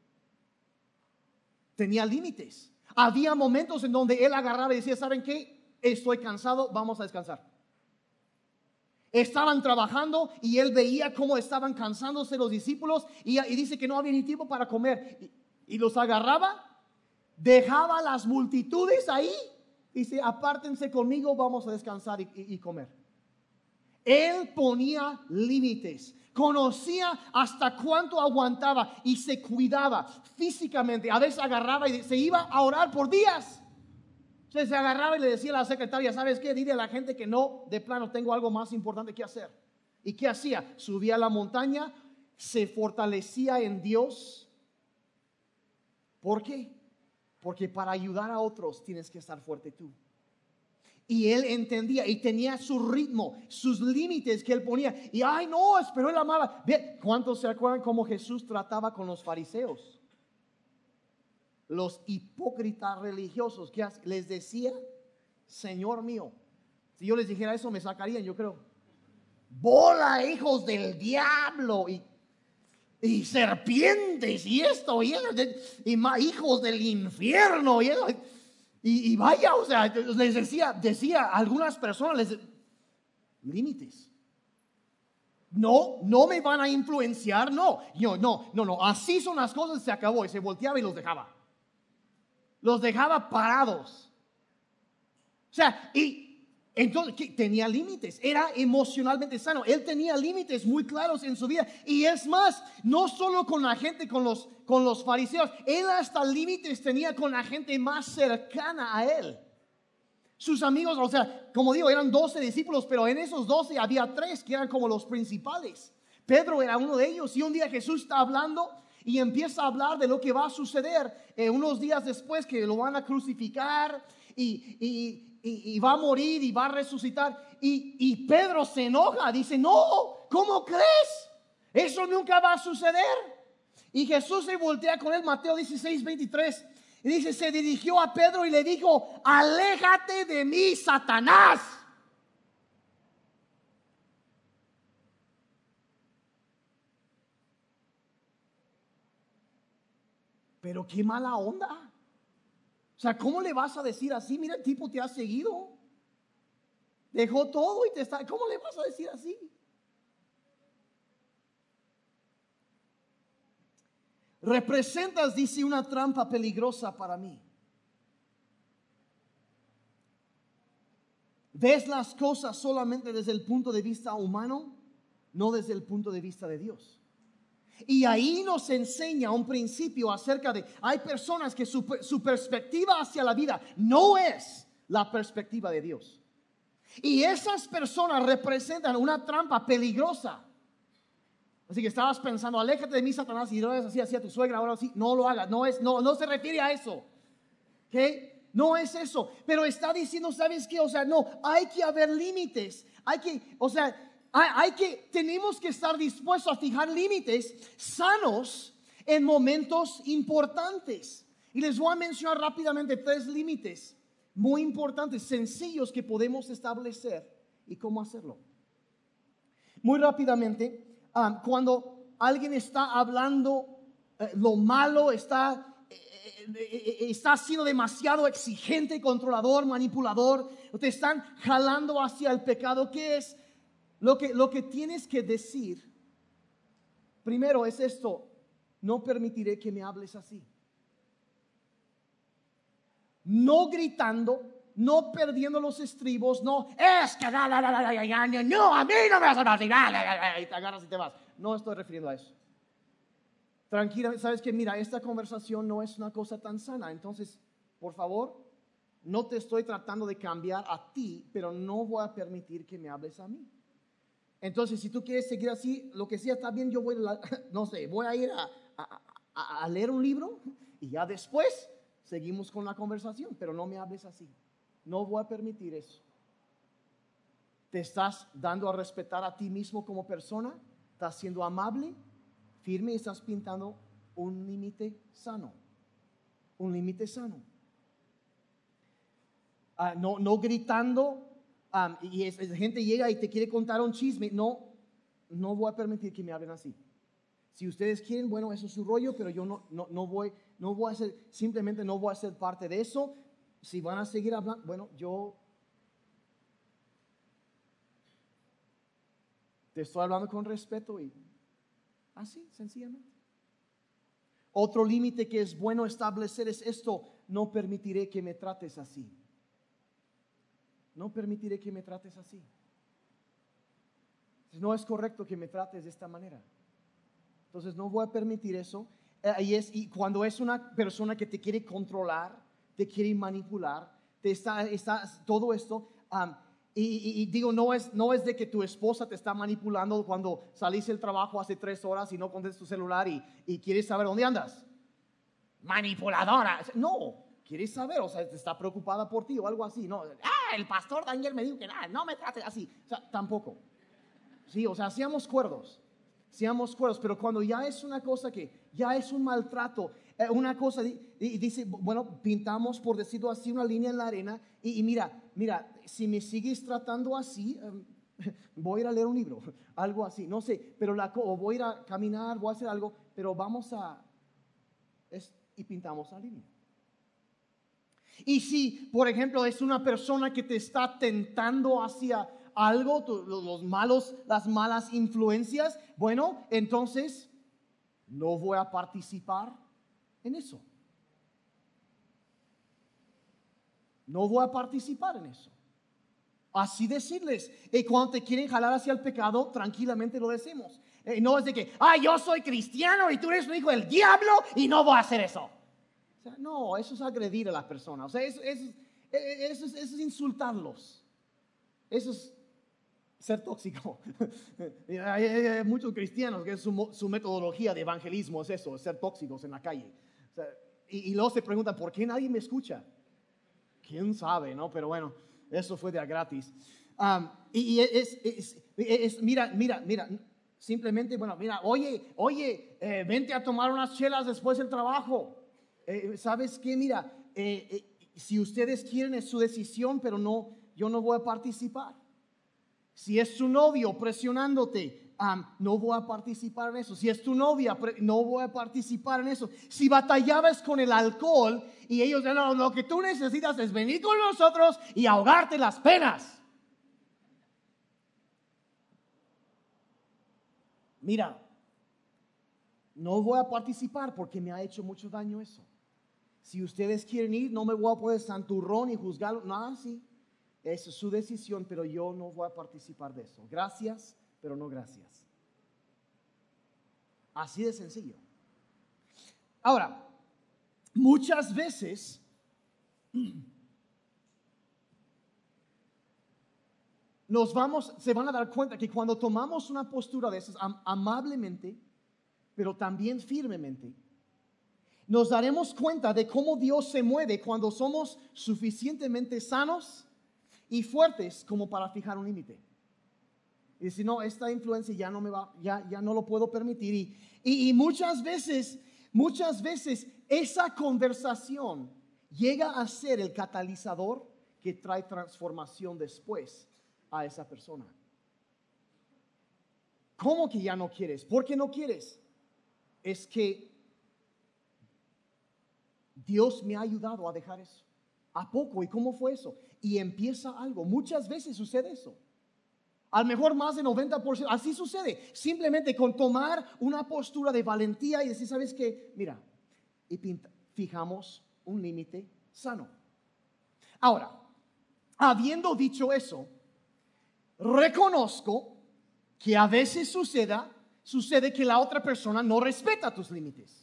A: Tenía límites. Había momentos en donde él agarraba y decía, ¿saben qué? Estoy cansado, vamos a descansar. Estaban trabajando y él veía cómo estaban cansándose los discípulos y, y dice que no había ni tiempo para comer. Y, y los agarraba, dejaba las multitudes ahí, dice, apártense conmigo, vamos a descansar y, y, y comer. Él ponía límites, conocía hasta cuánto aguantaba y se cuidaba físicamente. A veces agarraba y se iba a orar por días. Entonces se agarraba y le decía a la secretaria, ¿sabes qué? Dile a la gente que no, de plano tengo algo más importante que hacer. ¿Y qué hacía? Subía a la montaña, se fortalecía en Dios. ¿Por qué? Porque para ayudar a otros tienes que estar fuerte tú. Y él entendía y tenía su ritmo, sus límites que él ponía. Y ay no, pero él amaba. Bien, ¿cuántos se acuerdan cómo Jesús trataba con los fariseos? Los hipócritas religiosos, que les decía, Señor mío, si yo les dijera eso me sacarían, yo creo. Bola, hijos del diablo, y, y serpientes, y esto, y, y, y hijos del infierno, y, eso, y, y vaya, o sea, les decía, decía a algunas personas, les, límites. No, no me van a influenciar, no, yo, no, no, no, así son las cosas, se acabó, y se volteaba y los dejaba. Los dejaba parados. O sea, y entonces ¿qué? Tenía límites, era emocionalmente sano. Él tenía límites muy claros en su vida. Y es más, no solo con la gente, con los, con los fariseos, él hasta límites tenía con la gente más cercana a él. Sus amigos, o sea, como digo, eran doce discípulos, pero en esos doce había tres que eran como los principales. Pedro era uno de ellos, y un día Jesús está hablando Y empieza a hablar de lo que va a suceder eh, unos días después, que lo van a crucificar y, y, y, y va a morir y va a resucitar. Y, y Pedro se enoja, dice, no, ¿cómo crees? Eso nunca va a suceder. Y Jesús se voltea con él, Mateo dieciséis, veintitrés. Y dice, se dirigió a Pedro y le dijo, aléjate de mí, Satanás. Pero qué mala onda. O sea, ¿cómo le vas a decir así? Mira, el tipo te ha seguido. Dejó todo y te está... ¿Cómo le vas a decir así? Representas, dice, una trampa peligrosa para mí. Ves las cosas solamente desde el punto de vista humano, no desde el punto de vista de Dios. Y ahí nos enseña un principio acerca de, hay personas que su, su perspectiva hacia la vida no es la perspectiva de Dios. Y esas personas representan una trampa peligrosa. Así que estabas pensando, aléjate de mí, Satanás, y no es así, así a tu suegra, ahora sí, no lo hagas. No, es, no, no se refiere a eso. ¿Ok? No es eso. Pero está diciendo, ¿sabes qué? O sea, no, hay que haber límites. Hay que, o sea, hay, hay que, tenemos que estar dispuestos a fijar límites sanos en momentos importantes. Y les voy a mencionar rápidamente tres límites muy importantes, sencillos, que podemos establecer y cómo hacerlo. Muy rápidamente. Um, cuando alguien está hablando eh, lo malo, está, eh, eh, está siendo demasiado exigente, controlador, manipulador, o te están jalando hacia el pecado, ¿qué es? Lo que, lo que tienes que decir primero es esto: no permitiré que me hables así. No gritando, no perdiendo los estribos, no, es que la, la, la, la, la, la, no, a mí no me vas a hablar así, la, la, la, la, y te agarras y te vas. No estoy refiriendo a eso. Tranquila, sabes que mira, esta conversación no es una cosa tan sana, entonces, por favor, no te estoy tratando de cambiar a ti, pero no voy a permitir que me hables a mí. Entonces, si tú quieres seguir así, lo que sea está bien, yo voy a, no sé, voy a ir a, a, a, a leer un libro y ya después seguimos con la conversación, pero no me hables así. No voy a permitir eso. Te estás dando a respetar a ti mismo como persona, estás siendo amable, firme, y estás pintando un límite sano. Un límite sano. Uh, no, no gritando, um, y es, es, gente llega y te quiere contar un chisme. No, no voy a permitir que me hablen así. Si ustedes quieren, bueno, eso es su rollo, pero yo no, no, no voy, no voy a ser, simplemente no voy a ser parte de eso. Si van a seguir hablando, bueno, yo te estoy hablando con respeto y así, sencillamente. Otro límite que es bueno establecer es esto: no permitiré que me trates así. No permitiré que me trates así. No es correcto que me trates de esta manera. Entonces no voy a permitir eso. Y, es, y cuando es una persona que te quiere controlar, te quiere manipular, te está, está todo esto, um, y, y, y digo, no es, no es de que tu esposa te está manipulando cuando saliste del trabajo hace tres horas y no contestas tu celular y, y quieres saber dónde andas. Manipuladora. No, quieres saber, o sea, está preocupada por ti o algo así. No, ah, el pastor Daniel me dijo que nada, no me trates así. O sea, tampoco. Sí, o sea, seamos cuerdos. Seamos cuerdos, pero cuando ya es una cosa que ya es un maltrato, eh, una cosa, y, y dice, bueno, pintamos, por decirlo así, una línea en la arena, y, y mira, mira, si me sigues tratando así, um, voy a ir a leer un libro, algo así, no sé, pero la, o voy a ir a caminar, voy a hacer algo, pero vamos a, es, y pintamos la línea. Y si, por ejemplo, es una persona que te está tentando hacia algo, tu, los malos, las malas influencias, bueno, entonces no voy a participar en eso. No voy a participar en eso. Así decirles. Y cuando te quieren jalar hacia el pecado, tranquilamente lo decimos. Eh, no es de que, ah, yo soy cristiano y tú eres un hijo del diablo y no voy a hacer eso. O sea, no, eso es agredir a las personas. O sea, eso, eso, eso, eso, es, eso es insultarlos. Eso es ser tóxico. hay, hay, hay muchos cristianos que su, su metodología de evangelismo es eso, es ser tóxicos en la calle. O sea, y, y luego se preguntan, ¿por qué nadie me escucha? ¿Quién sabe, no? Pero bueno, eso fue de a gratis. Um, y, y es, es, es, es, mira, mira, mira, simplemente, bueno, mira, oye, oye, eh, vente a tomar unas chelas después del trabajo. Eh, ¿Sabes qué? Mira, eh, eh, si ustedes quieren es su decisión, pero no, yo no voy a participar. Si es su novio presionándote, um, no voy a participar en eso. Si es tu novia, no voy a participar en eso. Si batallabas con el alcohol y ellos dicen, no, lo que tú necesitas es venir con nosotros y ahogarte las penas. Mira, no voy a participar porque me ha hecho mucho daño eso. Si ustedes quieren ir, no me voy a poner santurrón y juzgarlo. Nada así. Esa es su decisión, pero yo no voy a participar de eso. Gracias, pero no gracias. Así de sencillo. Ahora, muchas veces nos vamos, se van a dar cuenta que cuando tomamos una postura de esas am- amablemente, pero también firmemente, nos daremos cuenta de cómo Dios se mueve cuando somos suficientemente sanos y fuertes como para fijar un límite. Y decir, no, esta influencia ya no me va, ya, ya no lo puedo permitir. Y, y, y muchas veces, muchas veces esa conversación llega a ser el catalizador que trae transformación después a esa persona. ¿Cómo que ya no quieres? ¿Por qué no quieres? Es que Dios me ha ayudado a dejar eso. ¿A poco? ¿Y cómo fue eso? Y empieza algo. Muchas veces sucede eso. A lo mejor más de noventa por ciento. Así sucede. Simplemente con tomar una postura de valentía y decir, ¿sabes qué? Mira, y pinta, fijamos un límite sano. Ahora, habiendo dicho eso, reconozco que a veces suceda, sucede que la otra persona no respeta tus límites.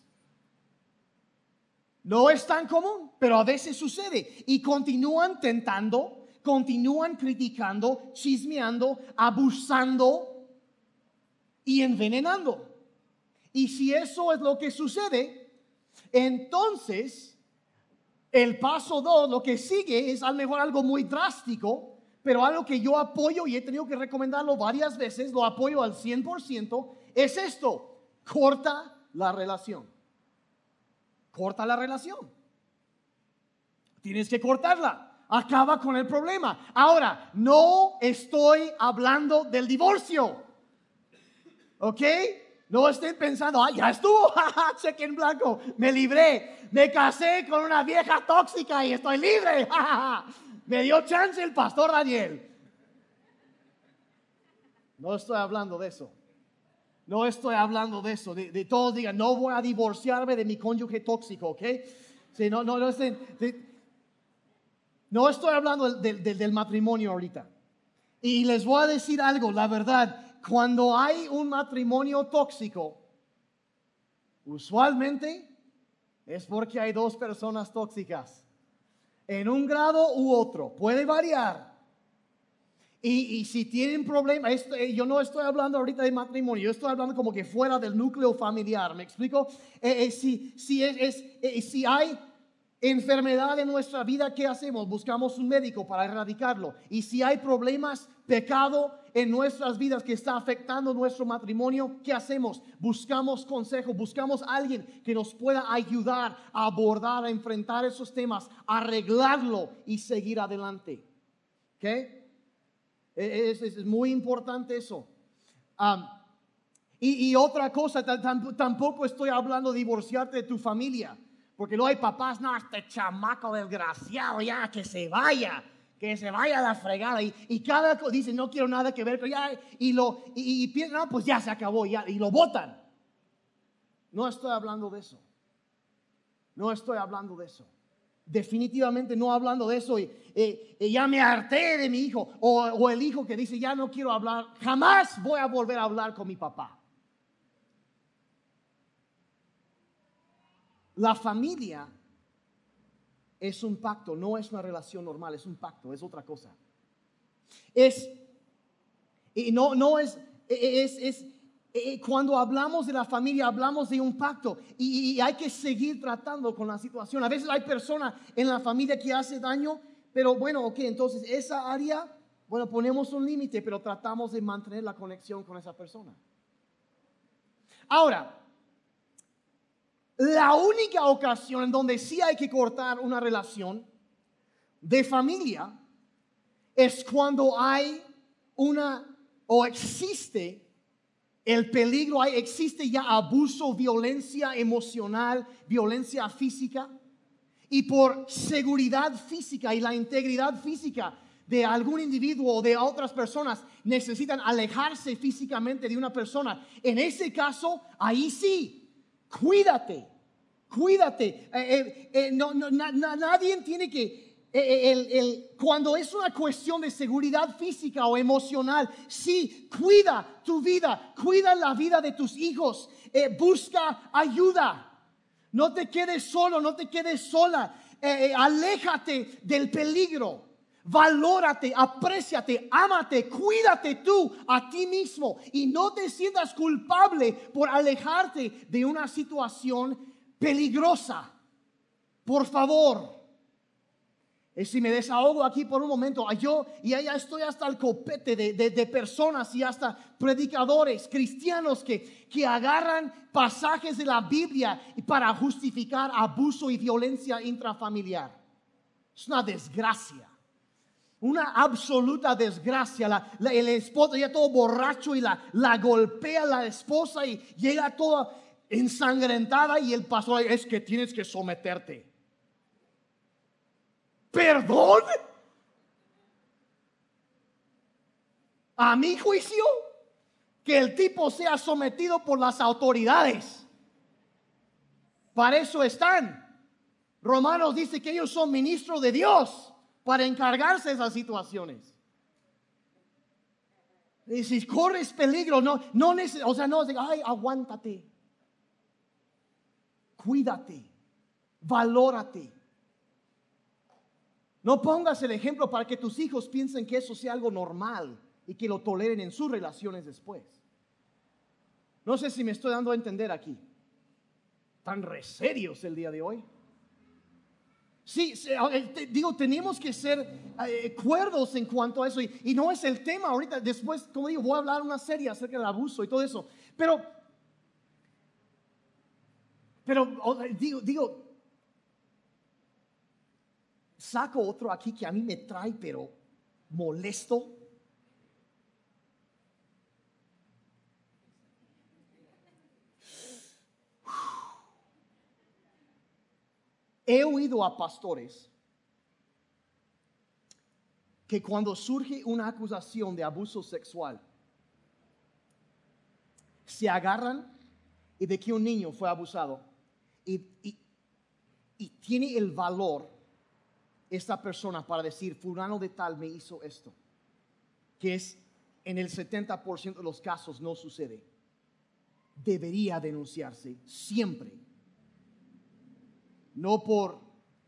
A: No es tan común, pero a veces sucede. Y continúan tentando, continúan criticando, chismeando, abusando y envenenando. Y si eso es lo que sucede, entonces el paso dos, lo que sigue es a lo mejor algo muy drástico, pero algo que yo apoyo y he tenido que recomendarlo varias veces, lo apoyo al cien por ciento, es esto: corta la relación. Corta la relación. Tienes que cortarla. Acaba con el problema. Ahora, no estoy hablando del divorcio. ¿Ok? No estén pensando, ah, ya estuvo, cheque en blanco, me libré, me casé con una vieja tóxica y estoy libre. Me dio chance el pastor Daniel. No estoy hablando de eso. No estoy hablando de eso, de, de todos digan, no voy a divorciarme de mi cónyuge tóxico, ¿ok? Sí, no, no, no, estén, de, no estoy hablando del, del, del matrimonio ahorita. Y les voy a decir algo, la verdad, cuando hay un matrimonio tóxico, usualmente es porque hay dos personas tóxicas, en un grado u otro, puede variar. Y, y si tienen problemas, esto, yo no estoy hablando ahorita de matrimonio, yo estoy hablando como que fuera del núcleo familiar, ¿me explico? Eh, eh, si, si, es, es, eh, si hay enfermedad en nuestra vida, ¿qué hacemos? Buscamos un médico para erradicarlo. Y si hay problemas, pecado en nuestras vidas que está afectando nuestro matrimonio, ¿qué hacemos? Buscamos consejo, buscamos a alguien que nos pueda ayudar a abordar, a enfrentar esos temas, a arreglarlo y seguir adelante. ¿Ok? Es, es, es muy importante eso. Um, y, y otra cosa, tampoco estoy hablando de divorciarte de tu familia, porque no hay papás, no, este chamaco desgraciado ya, que se vaya, que se vaya a la fregada. Y, y cada cosa dice, no quiero nada que ver con ya, y lo, y, y piensan, no, pues ya se acabó, ya, y lo botan. No estoy hablando de eso. No estoy hablando de eso. Definitivamente no hablando de eso y, eh, eh, ya me harté de mi hijo o, o el hijo que dice ya no quiero hablar, jamás voy a volver a hablar con mi papá. La familia es un pacto, no es una relación normal, es un pacto, es otra cosa. Es, Y no, no es, es, es, es cuando hablamos de la familia, hablamos de un pacto y, y hay que seguir tratando con la situación. A veces hay personas en la familia que hace daño, pero bueno, ok, entonces esa área, bueno, ponemos un límite, pero tratamos de mantener la conexión con esa persona. Ahora, la única ocasión en donde sí hay que cortar una relación de familia es cuando hay una o existe el peligro, hay, existe ya abuso, violencia emocional, violencia física, y por seguridad física y la integridad física de algún individuo o de otras personas necesitan alejarse físicamente de una persona. En ese caso, ahí sí, cuídate, cuídate. Eh, eh, eh, no, no, na, na, nadie tiene que... El, el, cuando es una cuestión de seguridad física o emocional, sí, cuida tu vida, cuida la vida de tus hijos, eh, busca ayuda, no te quedes solo, no te quedes sola, eh, eh, aléjate del peligro, valórate, apréciate, ámate, cuídate tú a ti mismo y no te sientas culpable por alejarte de una situación peligrosa. Por favor. Y si me desahogo aquí por un momento, yo ya, ya estoy hasta el copete de, de, de personas y hasta predicadores cristianos que, que agarran pasajes de la Biblia para justificar abuso y violencia intrafamiliar. Es una desgracia, una absoluta desgracia. La, la, el esposo ya todo borracho y la, la golpea la esposa y llega toda ensangrentada y el pastor es que tienes que someterte. ¿Perdón? A mi juicio, que el tipo sea sometido por las autoridades. Para eso están. Romanos dice que ellos son ministros de Dios para encargarse de esas situaciones. Y si corres peligro, no, no neces- o sea, no, ay, aguántate. Cuídate, valórate. No pongas el ejemplo para que tus hijos piensen que eso sea algo normal y que lo toleren en sus relaciones después. No sé si me estoy dando a entender aquí. Tan reserios el día de hoy. Sí, digo, tenemos que ser eh, cuerdos en cuanto a eso. Y, y no es el tema ahorita. Después, como digo, voy a hablar una serie acerca del abuso y todo eso. Pero, pero digo, digo, saco otro aquí que a mí me trae, pero molesto. He oído a pastores que cuando surge una acusación de abuso sexual, se agarran y de que un niño fue abusado y, y, y tiene el valor esta persona para decir, fulano de tal me hizo esto, que es en el setenta por ciento de los casos no sucede. Debería denunciarse siempre. No por...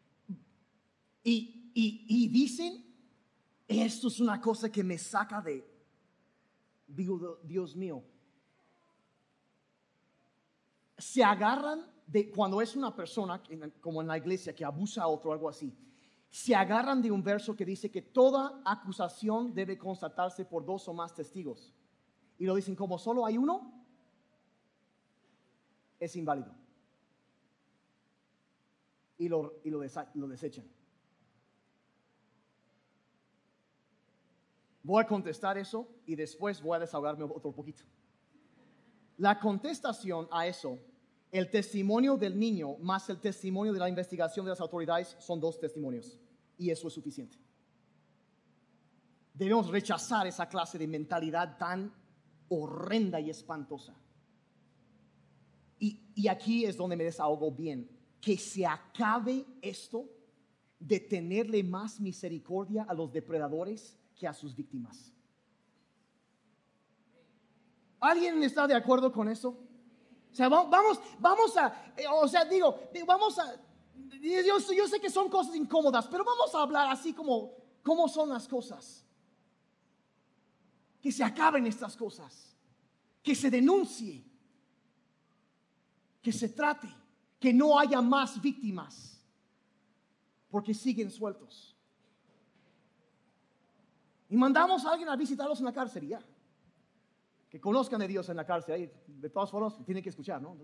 A: Y, y, y dicen, esto es una cosa que me saca de... Digo, Dios mío. Se agarran de cuando es una persona, como en la iglesia, que abusa a otro o algo así. Se agarran de un verso que dice que toda acusación debe constatarse por dos o más testigos. Y lo dicen como solo hay uno, es inválido. Y lo, y lo, desa, lo desechan. Voy a contestar eso y después voy a desahogarme otro poquito. La contestación a eso, el testimonio del niño más el testimonio de la investigación de las autoridades son dos testimonios y eso es suficiente. Debemos rechazar esa clase de mentalidad tan horrenda y espantosa. Y, y aquí es donde me desahogo bien. Que se acabe esto de tenerle más misericordia a los depredadores que a sus víctimas. ¿Alguien está de acuerdo con eso? O sea, vamos, vamos a, o sea, digo, vamos a, yo, yo sé que son cosas incómodas, pero vamos a hablar así como, como son las cosas. Que se acaben estas cosas. Que se denuncie. Que se trate. Que no haya más víctimas. Porque siguen sueltos. Y mandamos a alguien a visitarlos en la cárcel y ya. Que conozcan de Dios en la cárcel. Ahí, de todas formas, tienen que escuchar, ¿no?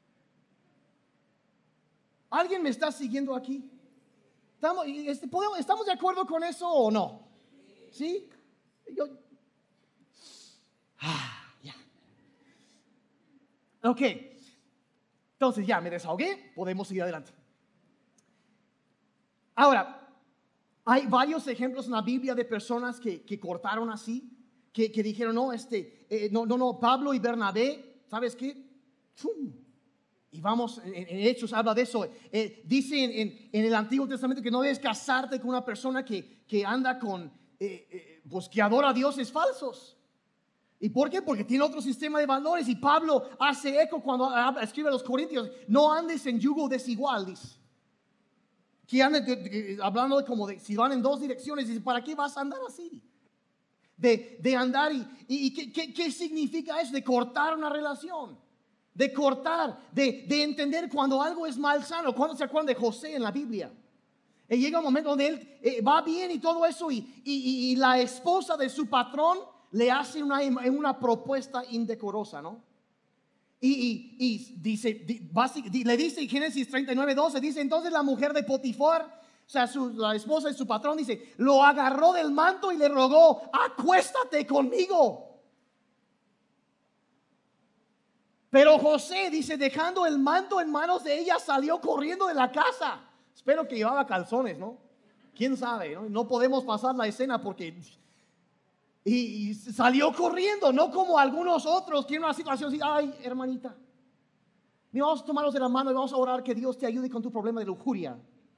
A: ¿Alguien me está siguiendo aquí? ¿Estamos, este, podemos, ¿Estamos de acuerdo con eso o no? ¿Sí? Yo, ah, ya. Ok. Entonces ya me desahogué. Podemos seguir adelante. Ahora, hay varios ejemplos en la Biblia de personas que, que cortaron así. Que, que dijeron, no, este, eh, no, no, no, Pablo y Bernabé, ¿sabes qué? ¡Chum! Y vamos, en, en Hechos habla de eso. Eh, dice en, en, en el Antiguo Testamento que no debes casarte con una persona que, que anda con, eh, eh, pues que adora a dioses falsos. ¿Y por qué? Porque tiene otro sistema de valores. Y Pablo hace eco cuando habla, escribe a los Corintios, no andes en yugo desigual, dice. Que anden de, de, hablando de como de, si van en dos direcciones, dice, ¿para qué vas a andar así? De, de andar y, y, y ¿qué, qué, ¿qué significa eso? De cortar una relación. De cortar, de, de entender cuando algo es malsano. ¿Cuándo se acuerdan de José en la Biblia? Y llega un momento donde él eh, va bien y todo eso y, y, y la esposa de su patrón le hace una, una propuesta indecorosa, ¿no? Y, y, y dice, di, basic, di, le dice en Génesis treinta y nueve, doce, dice, entonces la mujer de Potifar, o sea, su, la esposa de su patrón, dice, lo agarró del manto y le rogó, acuéstate conmigo. Pero José, dice, dejando el manto en manos de ella, salió corriendo de la casa. Espero que llevaba calzones, ¿no? ¿Quién sabe? No, no podemos pasar la escena porque... Y, y salió corriendo, no como algunos otros que en una situación así, ay, hermanita, mira, vamos a tomarnos de la mano y vamos a orar que Dios te ayude con tu problema de lujuria.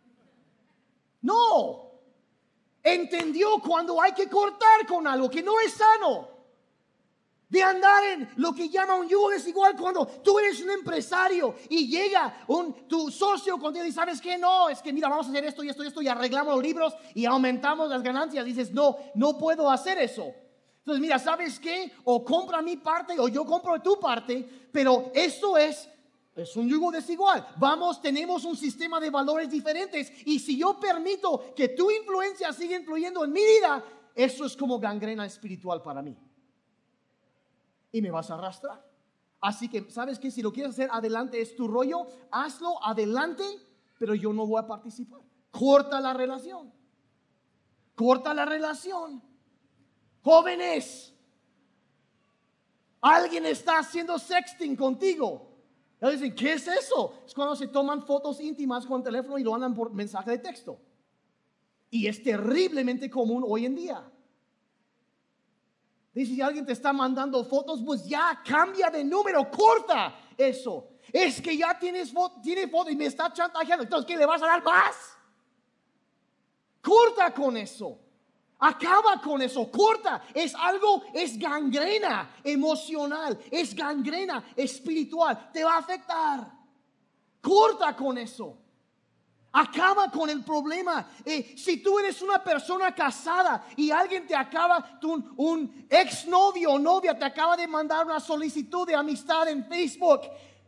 A: No, entendió cuando hay que cortar con algo que no es sano. De andar en lo que llama un yugo desigual cuando tú eres un empresario y llega un, tu socio contigo y sabes que no, es que mira, vamos a hacer esto y esto y esto y arreglamos los libros y aumentamos las ganancias. Dices, no, no puedo hacer eso. Entonces, mira, ¿sabes qué? O compra mi parte o yo compro tu parte, pero esto es, es un yugo desigual. Vamos, tenemos un sistema de valores diferentes y si yo permito que tu influencia siga influyendo en mi vida, eso es como gangrena espiritual para mí. Y me vas a arrastrar. Así que, ¿sabes qué? Si lo quieres hacer adelante, es tu rollo. Hazlo adelante, pero yo no voy a participar. Corta la relación. Corta la relación. Jóvenes, alguien está haciendo sexting contigo. Y dicen, ¿qué es eso? Es cuando se toman fotos íntimas con el teléfono y lo mandan por mensaje de texto. Y es terriblemente común hoy en día. Dice, si alguien te está mandando fotos, pues ya cambia de número, corta eso. Es que ya tienes foto, tiene foto y me está chantajeando. Entonces, ¿qué le vas a dar más? Corta con eso. Acaba con eso, corta. Es algo, es gangrena emocional, es gangrena espiritual. Te va a afectar. Corta con eso. Acaba con el problema. Eh, si tú eres una persona casada y alguien te acaba, tú, un, un exnovio o novia te acaba de mandar una solicitud de amistad en Facebook,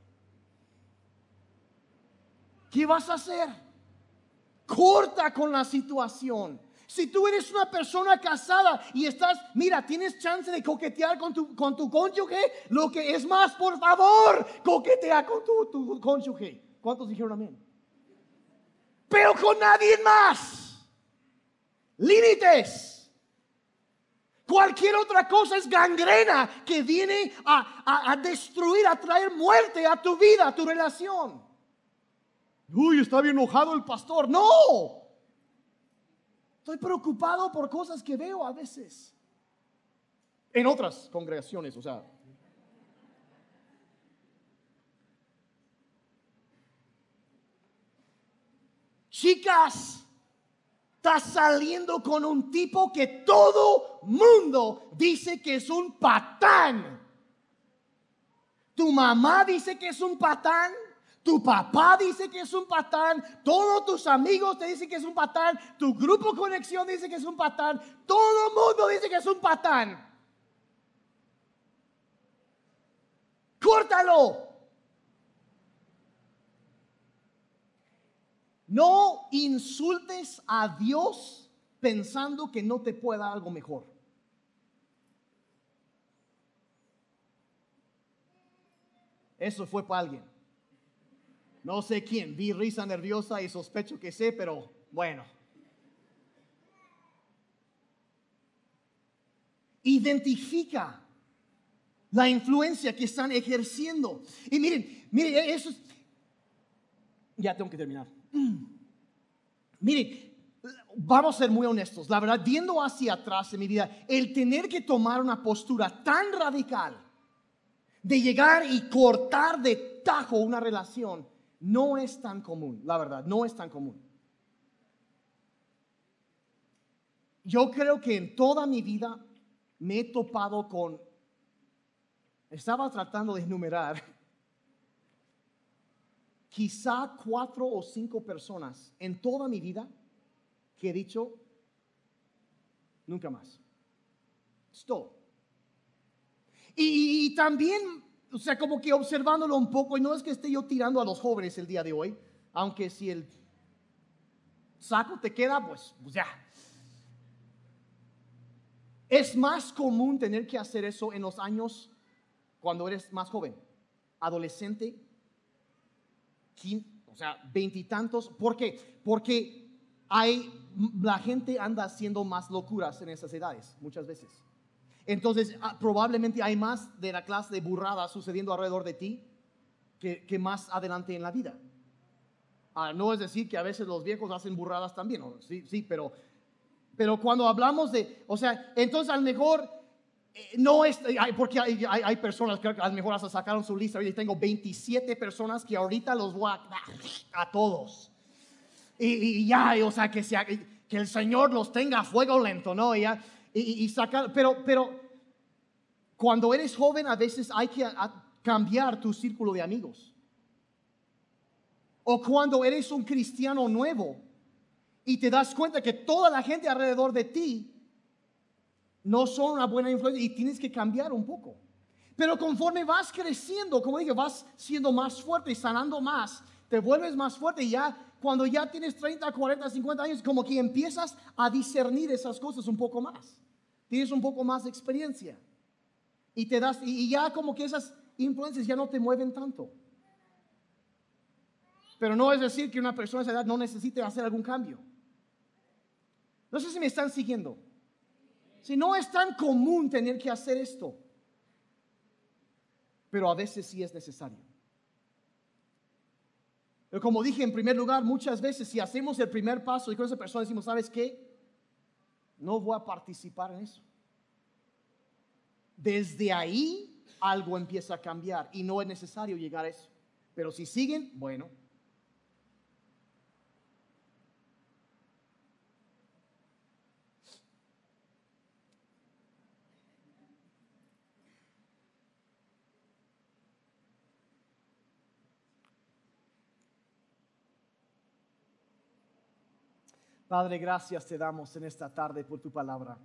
A: ¿qué vas a hacer? Corta con la situación. Si tú eres una persona casada y estás, mira, tienes chance de coquetear con tu, con tu cónyuge, lo que es más, por favor, coquetea con tu, tu cónyuge. ¿Cuántos dijeron amén? Pero con nadie más. Límites. Cualquier otra cosa es gangrena que viene a, a, a destruir, a traer muerte a tu vida, a tu relación. Uy, está bien enojado el pastor. No. Estoy preocupado por cosas que veo a veces. En otras congregaciones, o sea. Chicas, estás saliendo con un tipo que todo mundo dice que es un patán. Tu mamá dice que es un patán. Tu papá dice que es un patán. Todos tus amigos te dicen que es un patán. Tu grupo Conexión dice que es un patán. Todo el mundo dice que es un patán. córtalo. No insultes a Dios pensando que no te puede dar algo mejor. Eso fue para alguien. No sé quién. Vi risa nerviosa y sospecho que sé, pero bueno. Identifica la influencia que están ejerciendo. Y miren, miren, eso es... Ya tengo que terminar. Miren, vamos a ser muy honestos. La verdad, viendo hacia atrás en mi vida, el tener que tomar una postura tan radical de llegar y cortar de tajo una relación no es tan común. La verdad, no es tan común. Yo creo que en toda mi vida me he topado con, estaba tratando de enumerar, quizá cuatro o cinco personas en toda mi vida que he dicho, nunca más. Es todo. Y, y también, o sea, como que observándolo un poco, y no es que esté yo tirando a los jóvenes el día de hoy, aunque si el saco te queda, pues, pues ya. Es más común tener que hacer eso en los años cuando eres más joven, adolescente, quince, o sea, veintitantos. ¿Por qué? Porque hay, la gente anda haciendo más locuras en esas edades, muchas veces. Entonces, probablemente hay más de la clase de burradas sucediendo alrededor de ti que, que más adelante en la vida. Ah, no es decir que a veces los viejos hacen burradas también, ¿no? Sí, sí, pero, pero cuando hablamos de, o sea, entonces a lo mejor eh, no es, hay, porque hay, hay, hay personas que a lo mejor hasta sacaron su lista, y tengo veintisiete personas que ahorita los voy a, a todos. Y, y ya, o sea, que, sea, que el Señor los tenga a fuego lento, ¿no? Y ya. Y, y sacar, pero, pero cuando eres joven a veces hay que a, a cambiar tu círculo de amigos. O cuando eres un cristiano nuevo y te das cuenta que toda la gente alrededor de ti no son una buena influencia y tienes que cambiar un poco. Pero conforme vas creciendo, como dije, vas siendo más fuerte y sanando más, te vuelves más fuerte y ya cuando ya tienes treinta, cuarenta, cincuenta años, como que empiezas a discernir esas cosas un poco más. Tienes un poco más de experiencia y te das, y ya como que esas influencias ya no te mueven tanto. Pero no es decir que una persona de esa edad no necesite hacer algún cambio. No sé si me están siguiendo. Si no es tan común tener que hacer esto, pero a veces sí es necesario. Pero como dije, en primer lugar, muchas veces si hacemos el primer paso y con esa persona decimos, ¿sabes qué? No voy a participar en eso. Desde ahí algo empieza a cambiar y no es necesario llegar a eso. Pero si siguen, bueno. Padre, gracias te damos en esta tarde por tu palabra.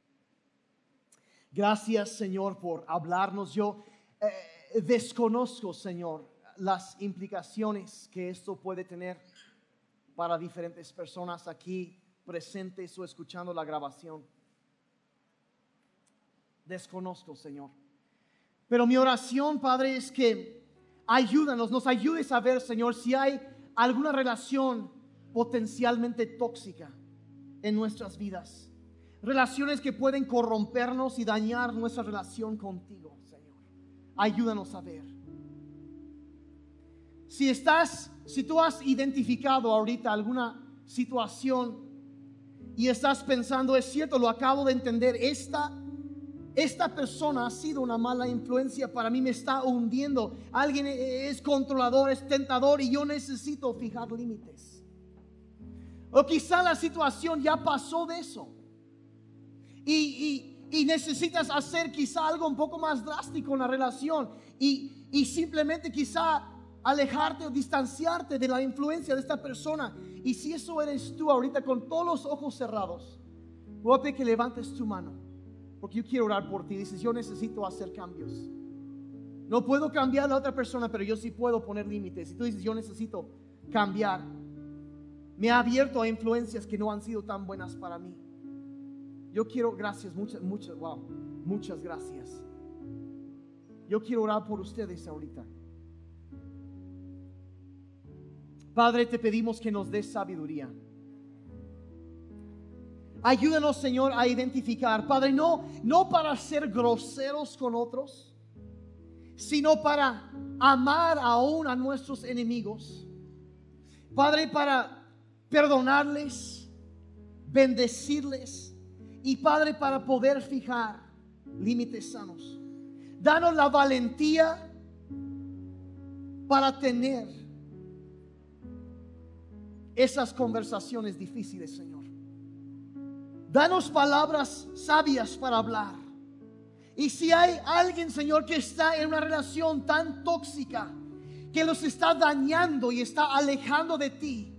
A: Gracias, Señor, por hablarnos. Yo eh, desconozco, Señor, las implicaciones que esto puede tener para diferentes personas aquí presentes o escuchando la grabación. Desconozco, Señor. Pero mi oración, Padre, es que ayúdanos, nos ayudes a ver, Señor, si hay alguna relación potencialmente tóxica en nuestras vidas. Relaciones que pueden corrompernos y dañar nuestra relación contigo, Señor. Ayúdanos a ver. Si estás, si tú has identificado ahorita alguna situación y estás pensando, es cierto, lo acabo de entender, esta, esta persona ha sido una mala influencia para mí, me está hundiendo. Alguien es controlador, es tentador y yo necesito fijar límites. O quizá la situación ya pasó de eso. Y, y, y necesitas hacer quizá algo un poco más drástico en la relación. Y, y simplemente quizá alejarte o distanciarte de la influencia de esta persona. Y si eso eres tú ahorita con todos los ojos cerrados, voy a pedir que levantes tu mano. Porque yo quiero orar por ti. Dices, yo necesito hacer cambios. No puedo cambiar a la otra persona, pero yo sí puedo poner límites. Y tú dices, yo necesito cambiar. Me ha abierto a influencias que no han sido tan buenas para mí. Yo quiero, gracias, muchas, muchas, wow, muchas gracias. Yo quiero orar por ustedes ahorita. Padre, te pedimos que nos des sabiduría. Ayúdanos, Señor, a identificar, Padre, no, no para ser groseros con otros, sino para amar aún a nuestros enemigos. Padre, para perdonarles, bendecirles, y Padre, para poder fijar límites sanos. Danos la valentía para tener esas conversaciones difíciles, Señor. Danos palabras sabias para hablar. Y si hay alguien, Señor, que está en una relación tan tóxica, que los está dañando y está alejando de ti,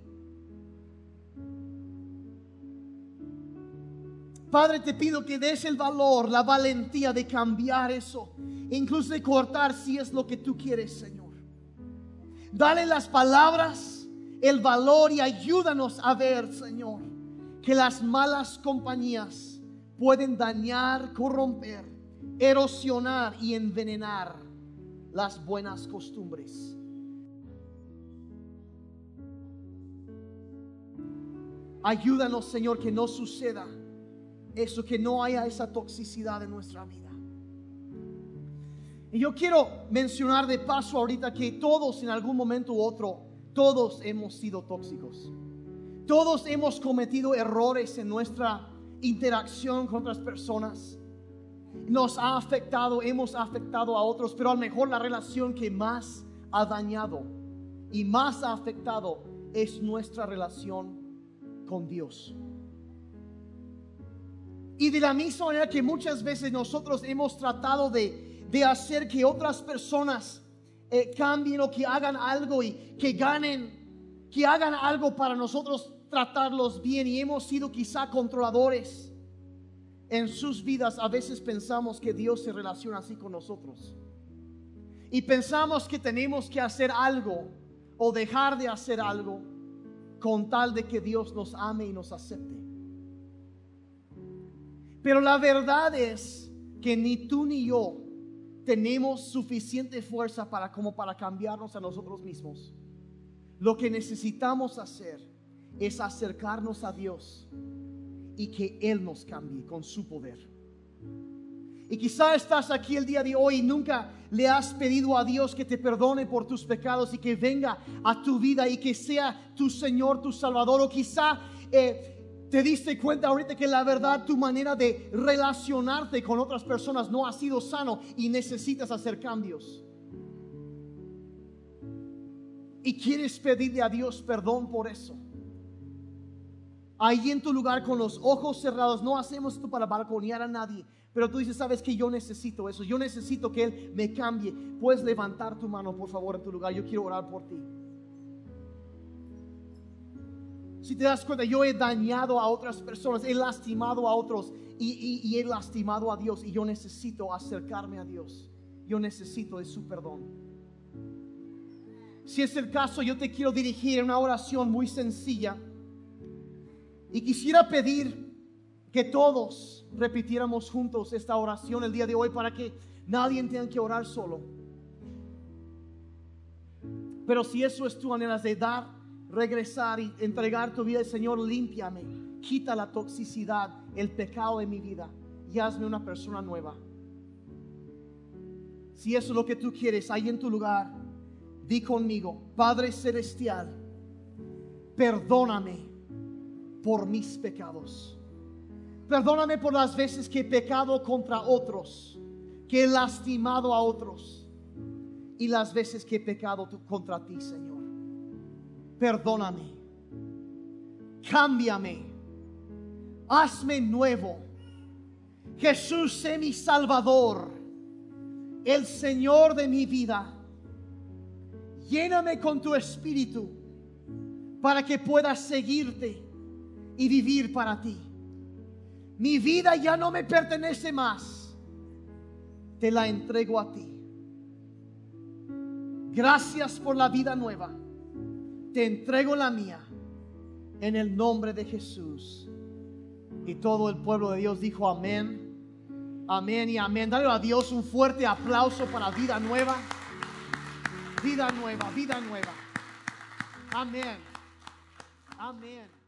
A: Padre, te pido que des el valor, la valentía de cambiar eso, incluso de cortar si es lo que tú quieres, Señor. Dale las palabras, el valor, y ayúdanos a ver, Señor, que las malas compañías pueden dañar, corromper, erosionar y envenenar las buenas costumbres. Ayúdanos, Señor, que no suceda eso, que no haya esa toxicidad en nuestra vida. Y yo quiero mencionar de paso ahorita que todos en algún momento u otro, todos hemos sido tóxicos. Todos hemos cometido errores en nuestra interacción con otras personas. Nos ha afectado, hemos afectado a otros, pero a lo mejor la relación que más ha dañado y más ha afectado es nuestra relación con Dios. Y de la misma manera que muchas veces nosotros hemos tratado de, de hacer que otras personas eh, cambien o que hagan algo y que ganen, que hagan algo para nosotros tratarlos bien, y hemos sido quizá controladores en sus vidas, a veces pensamos que Dios se relaciona así con nosotros. Y pensamos que tenemos que hacer algo o dejar de hacer algo con tal de que Dios nos ame y nos acepte. Pero la verdad es que ni tú ni yo tenemos suficiente fuerza para como para cambiarnos a nosotros mismos. Lo que necesitamos hacer es acercarnos a Dios y que Él nos cambie con su poder. Y quizá estás aquí el día de hoy y nunca le has pedido a Dios que te perdone por tus pecados y que venga a tu vida y que sea tu Señor, tu Salvador. O quizá eh, te diste cuenta ahorita que la verdad tu manera de relacionarte con otras personas no ha sido sano y necesitas hacer cambios. Y quieres pedirle a Dios perdón por eso. Ahí en tu lugar con los ojos cerrados, no hacemos esto para balconear a nadie, pero tú dices, sabes que yo necesito eso, yo necesito que Él me cambie. Puedes levantar tu mano, por favor, en tu lugar. Yo quiero orar por ti. Si te das cuenta, yo he dañado a otras personas, he lastimado a otros y, y, y he lastimado a Dios, y yo necesito acercarme a Dios. Yo necesito de su perdón. Si es el caso, yo te quiero dirigir en una oración muy sencilla. Y quisiera pedir que todos repitiéramos juntos esta oración el día de hoy, para que nadie tenga que orar solo. Pero si eso es tu manera de dar, regresar y entregar tu vida al Señor, límpiame, quita la toxicidad, el pecado de mi vida y hazme una persona nueva. Si eso es lo que tú quieres, ahí en tu lugar, di conmigo: Padre Celestial, perdóname por mis pecados. Perdóname por las veces que he pecado contra otros, que he lastimado a otros, y las veces que he pecado contra ti, Señor. Perdóname, cámbiame, hazme nuevo. Jesús, sé mi Salvador, el Señor de mi vida. Lléname con tu Espíritu para que pueda seguirte y vivir para ti. Mi vida ya no me pertenece más, te la entrego a ti. Gracias por la vida nueva. Te entrego la mía en el nombre de Jesús. Y todo el pueblo de Dios dijo amén, amén y amén. Dale a Dios un fuerte aplauso para vida nueva. Vida nueva, vida nueva. Amén. Amén.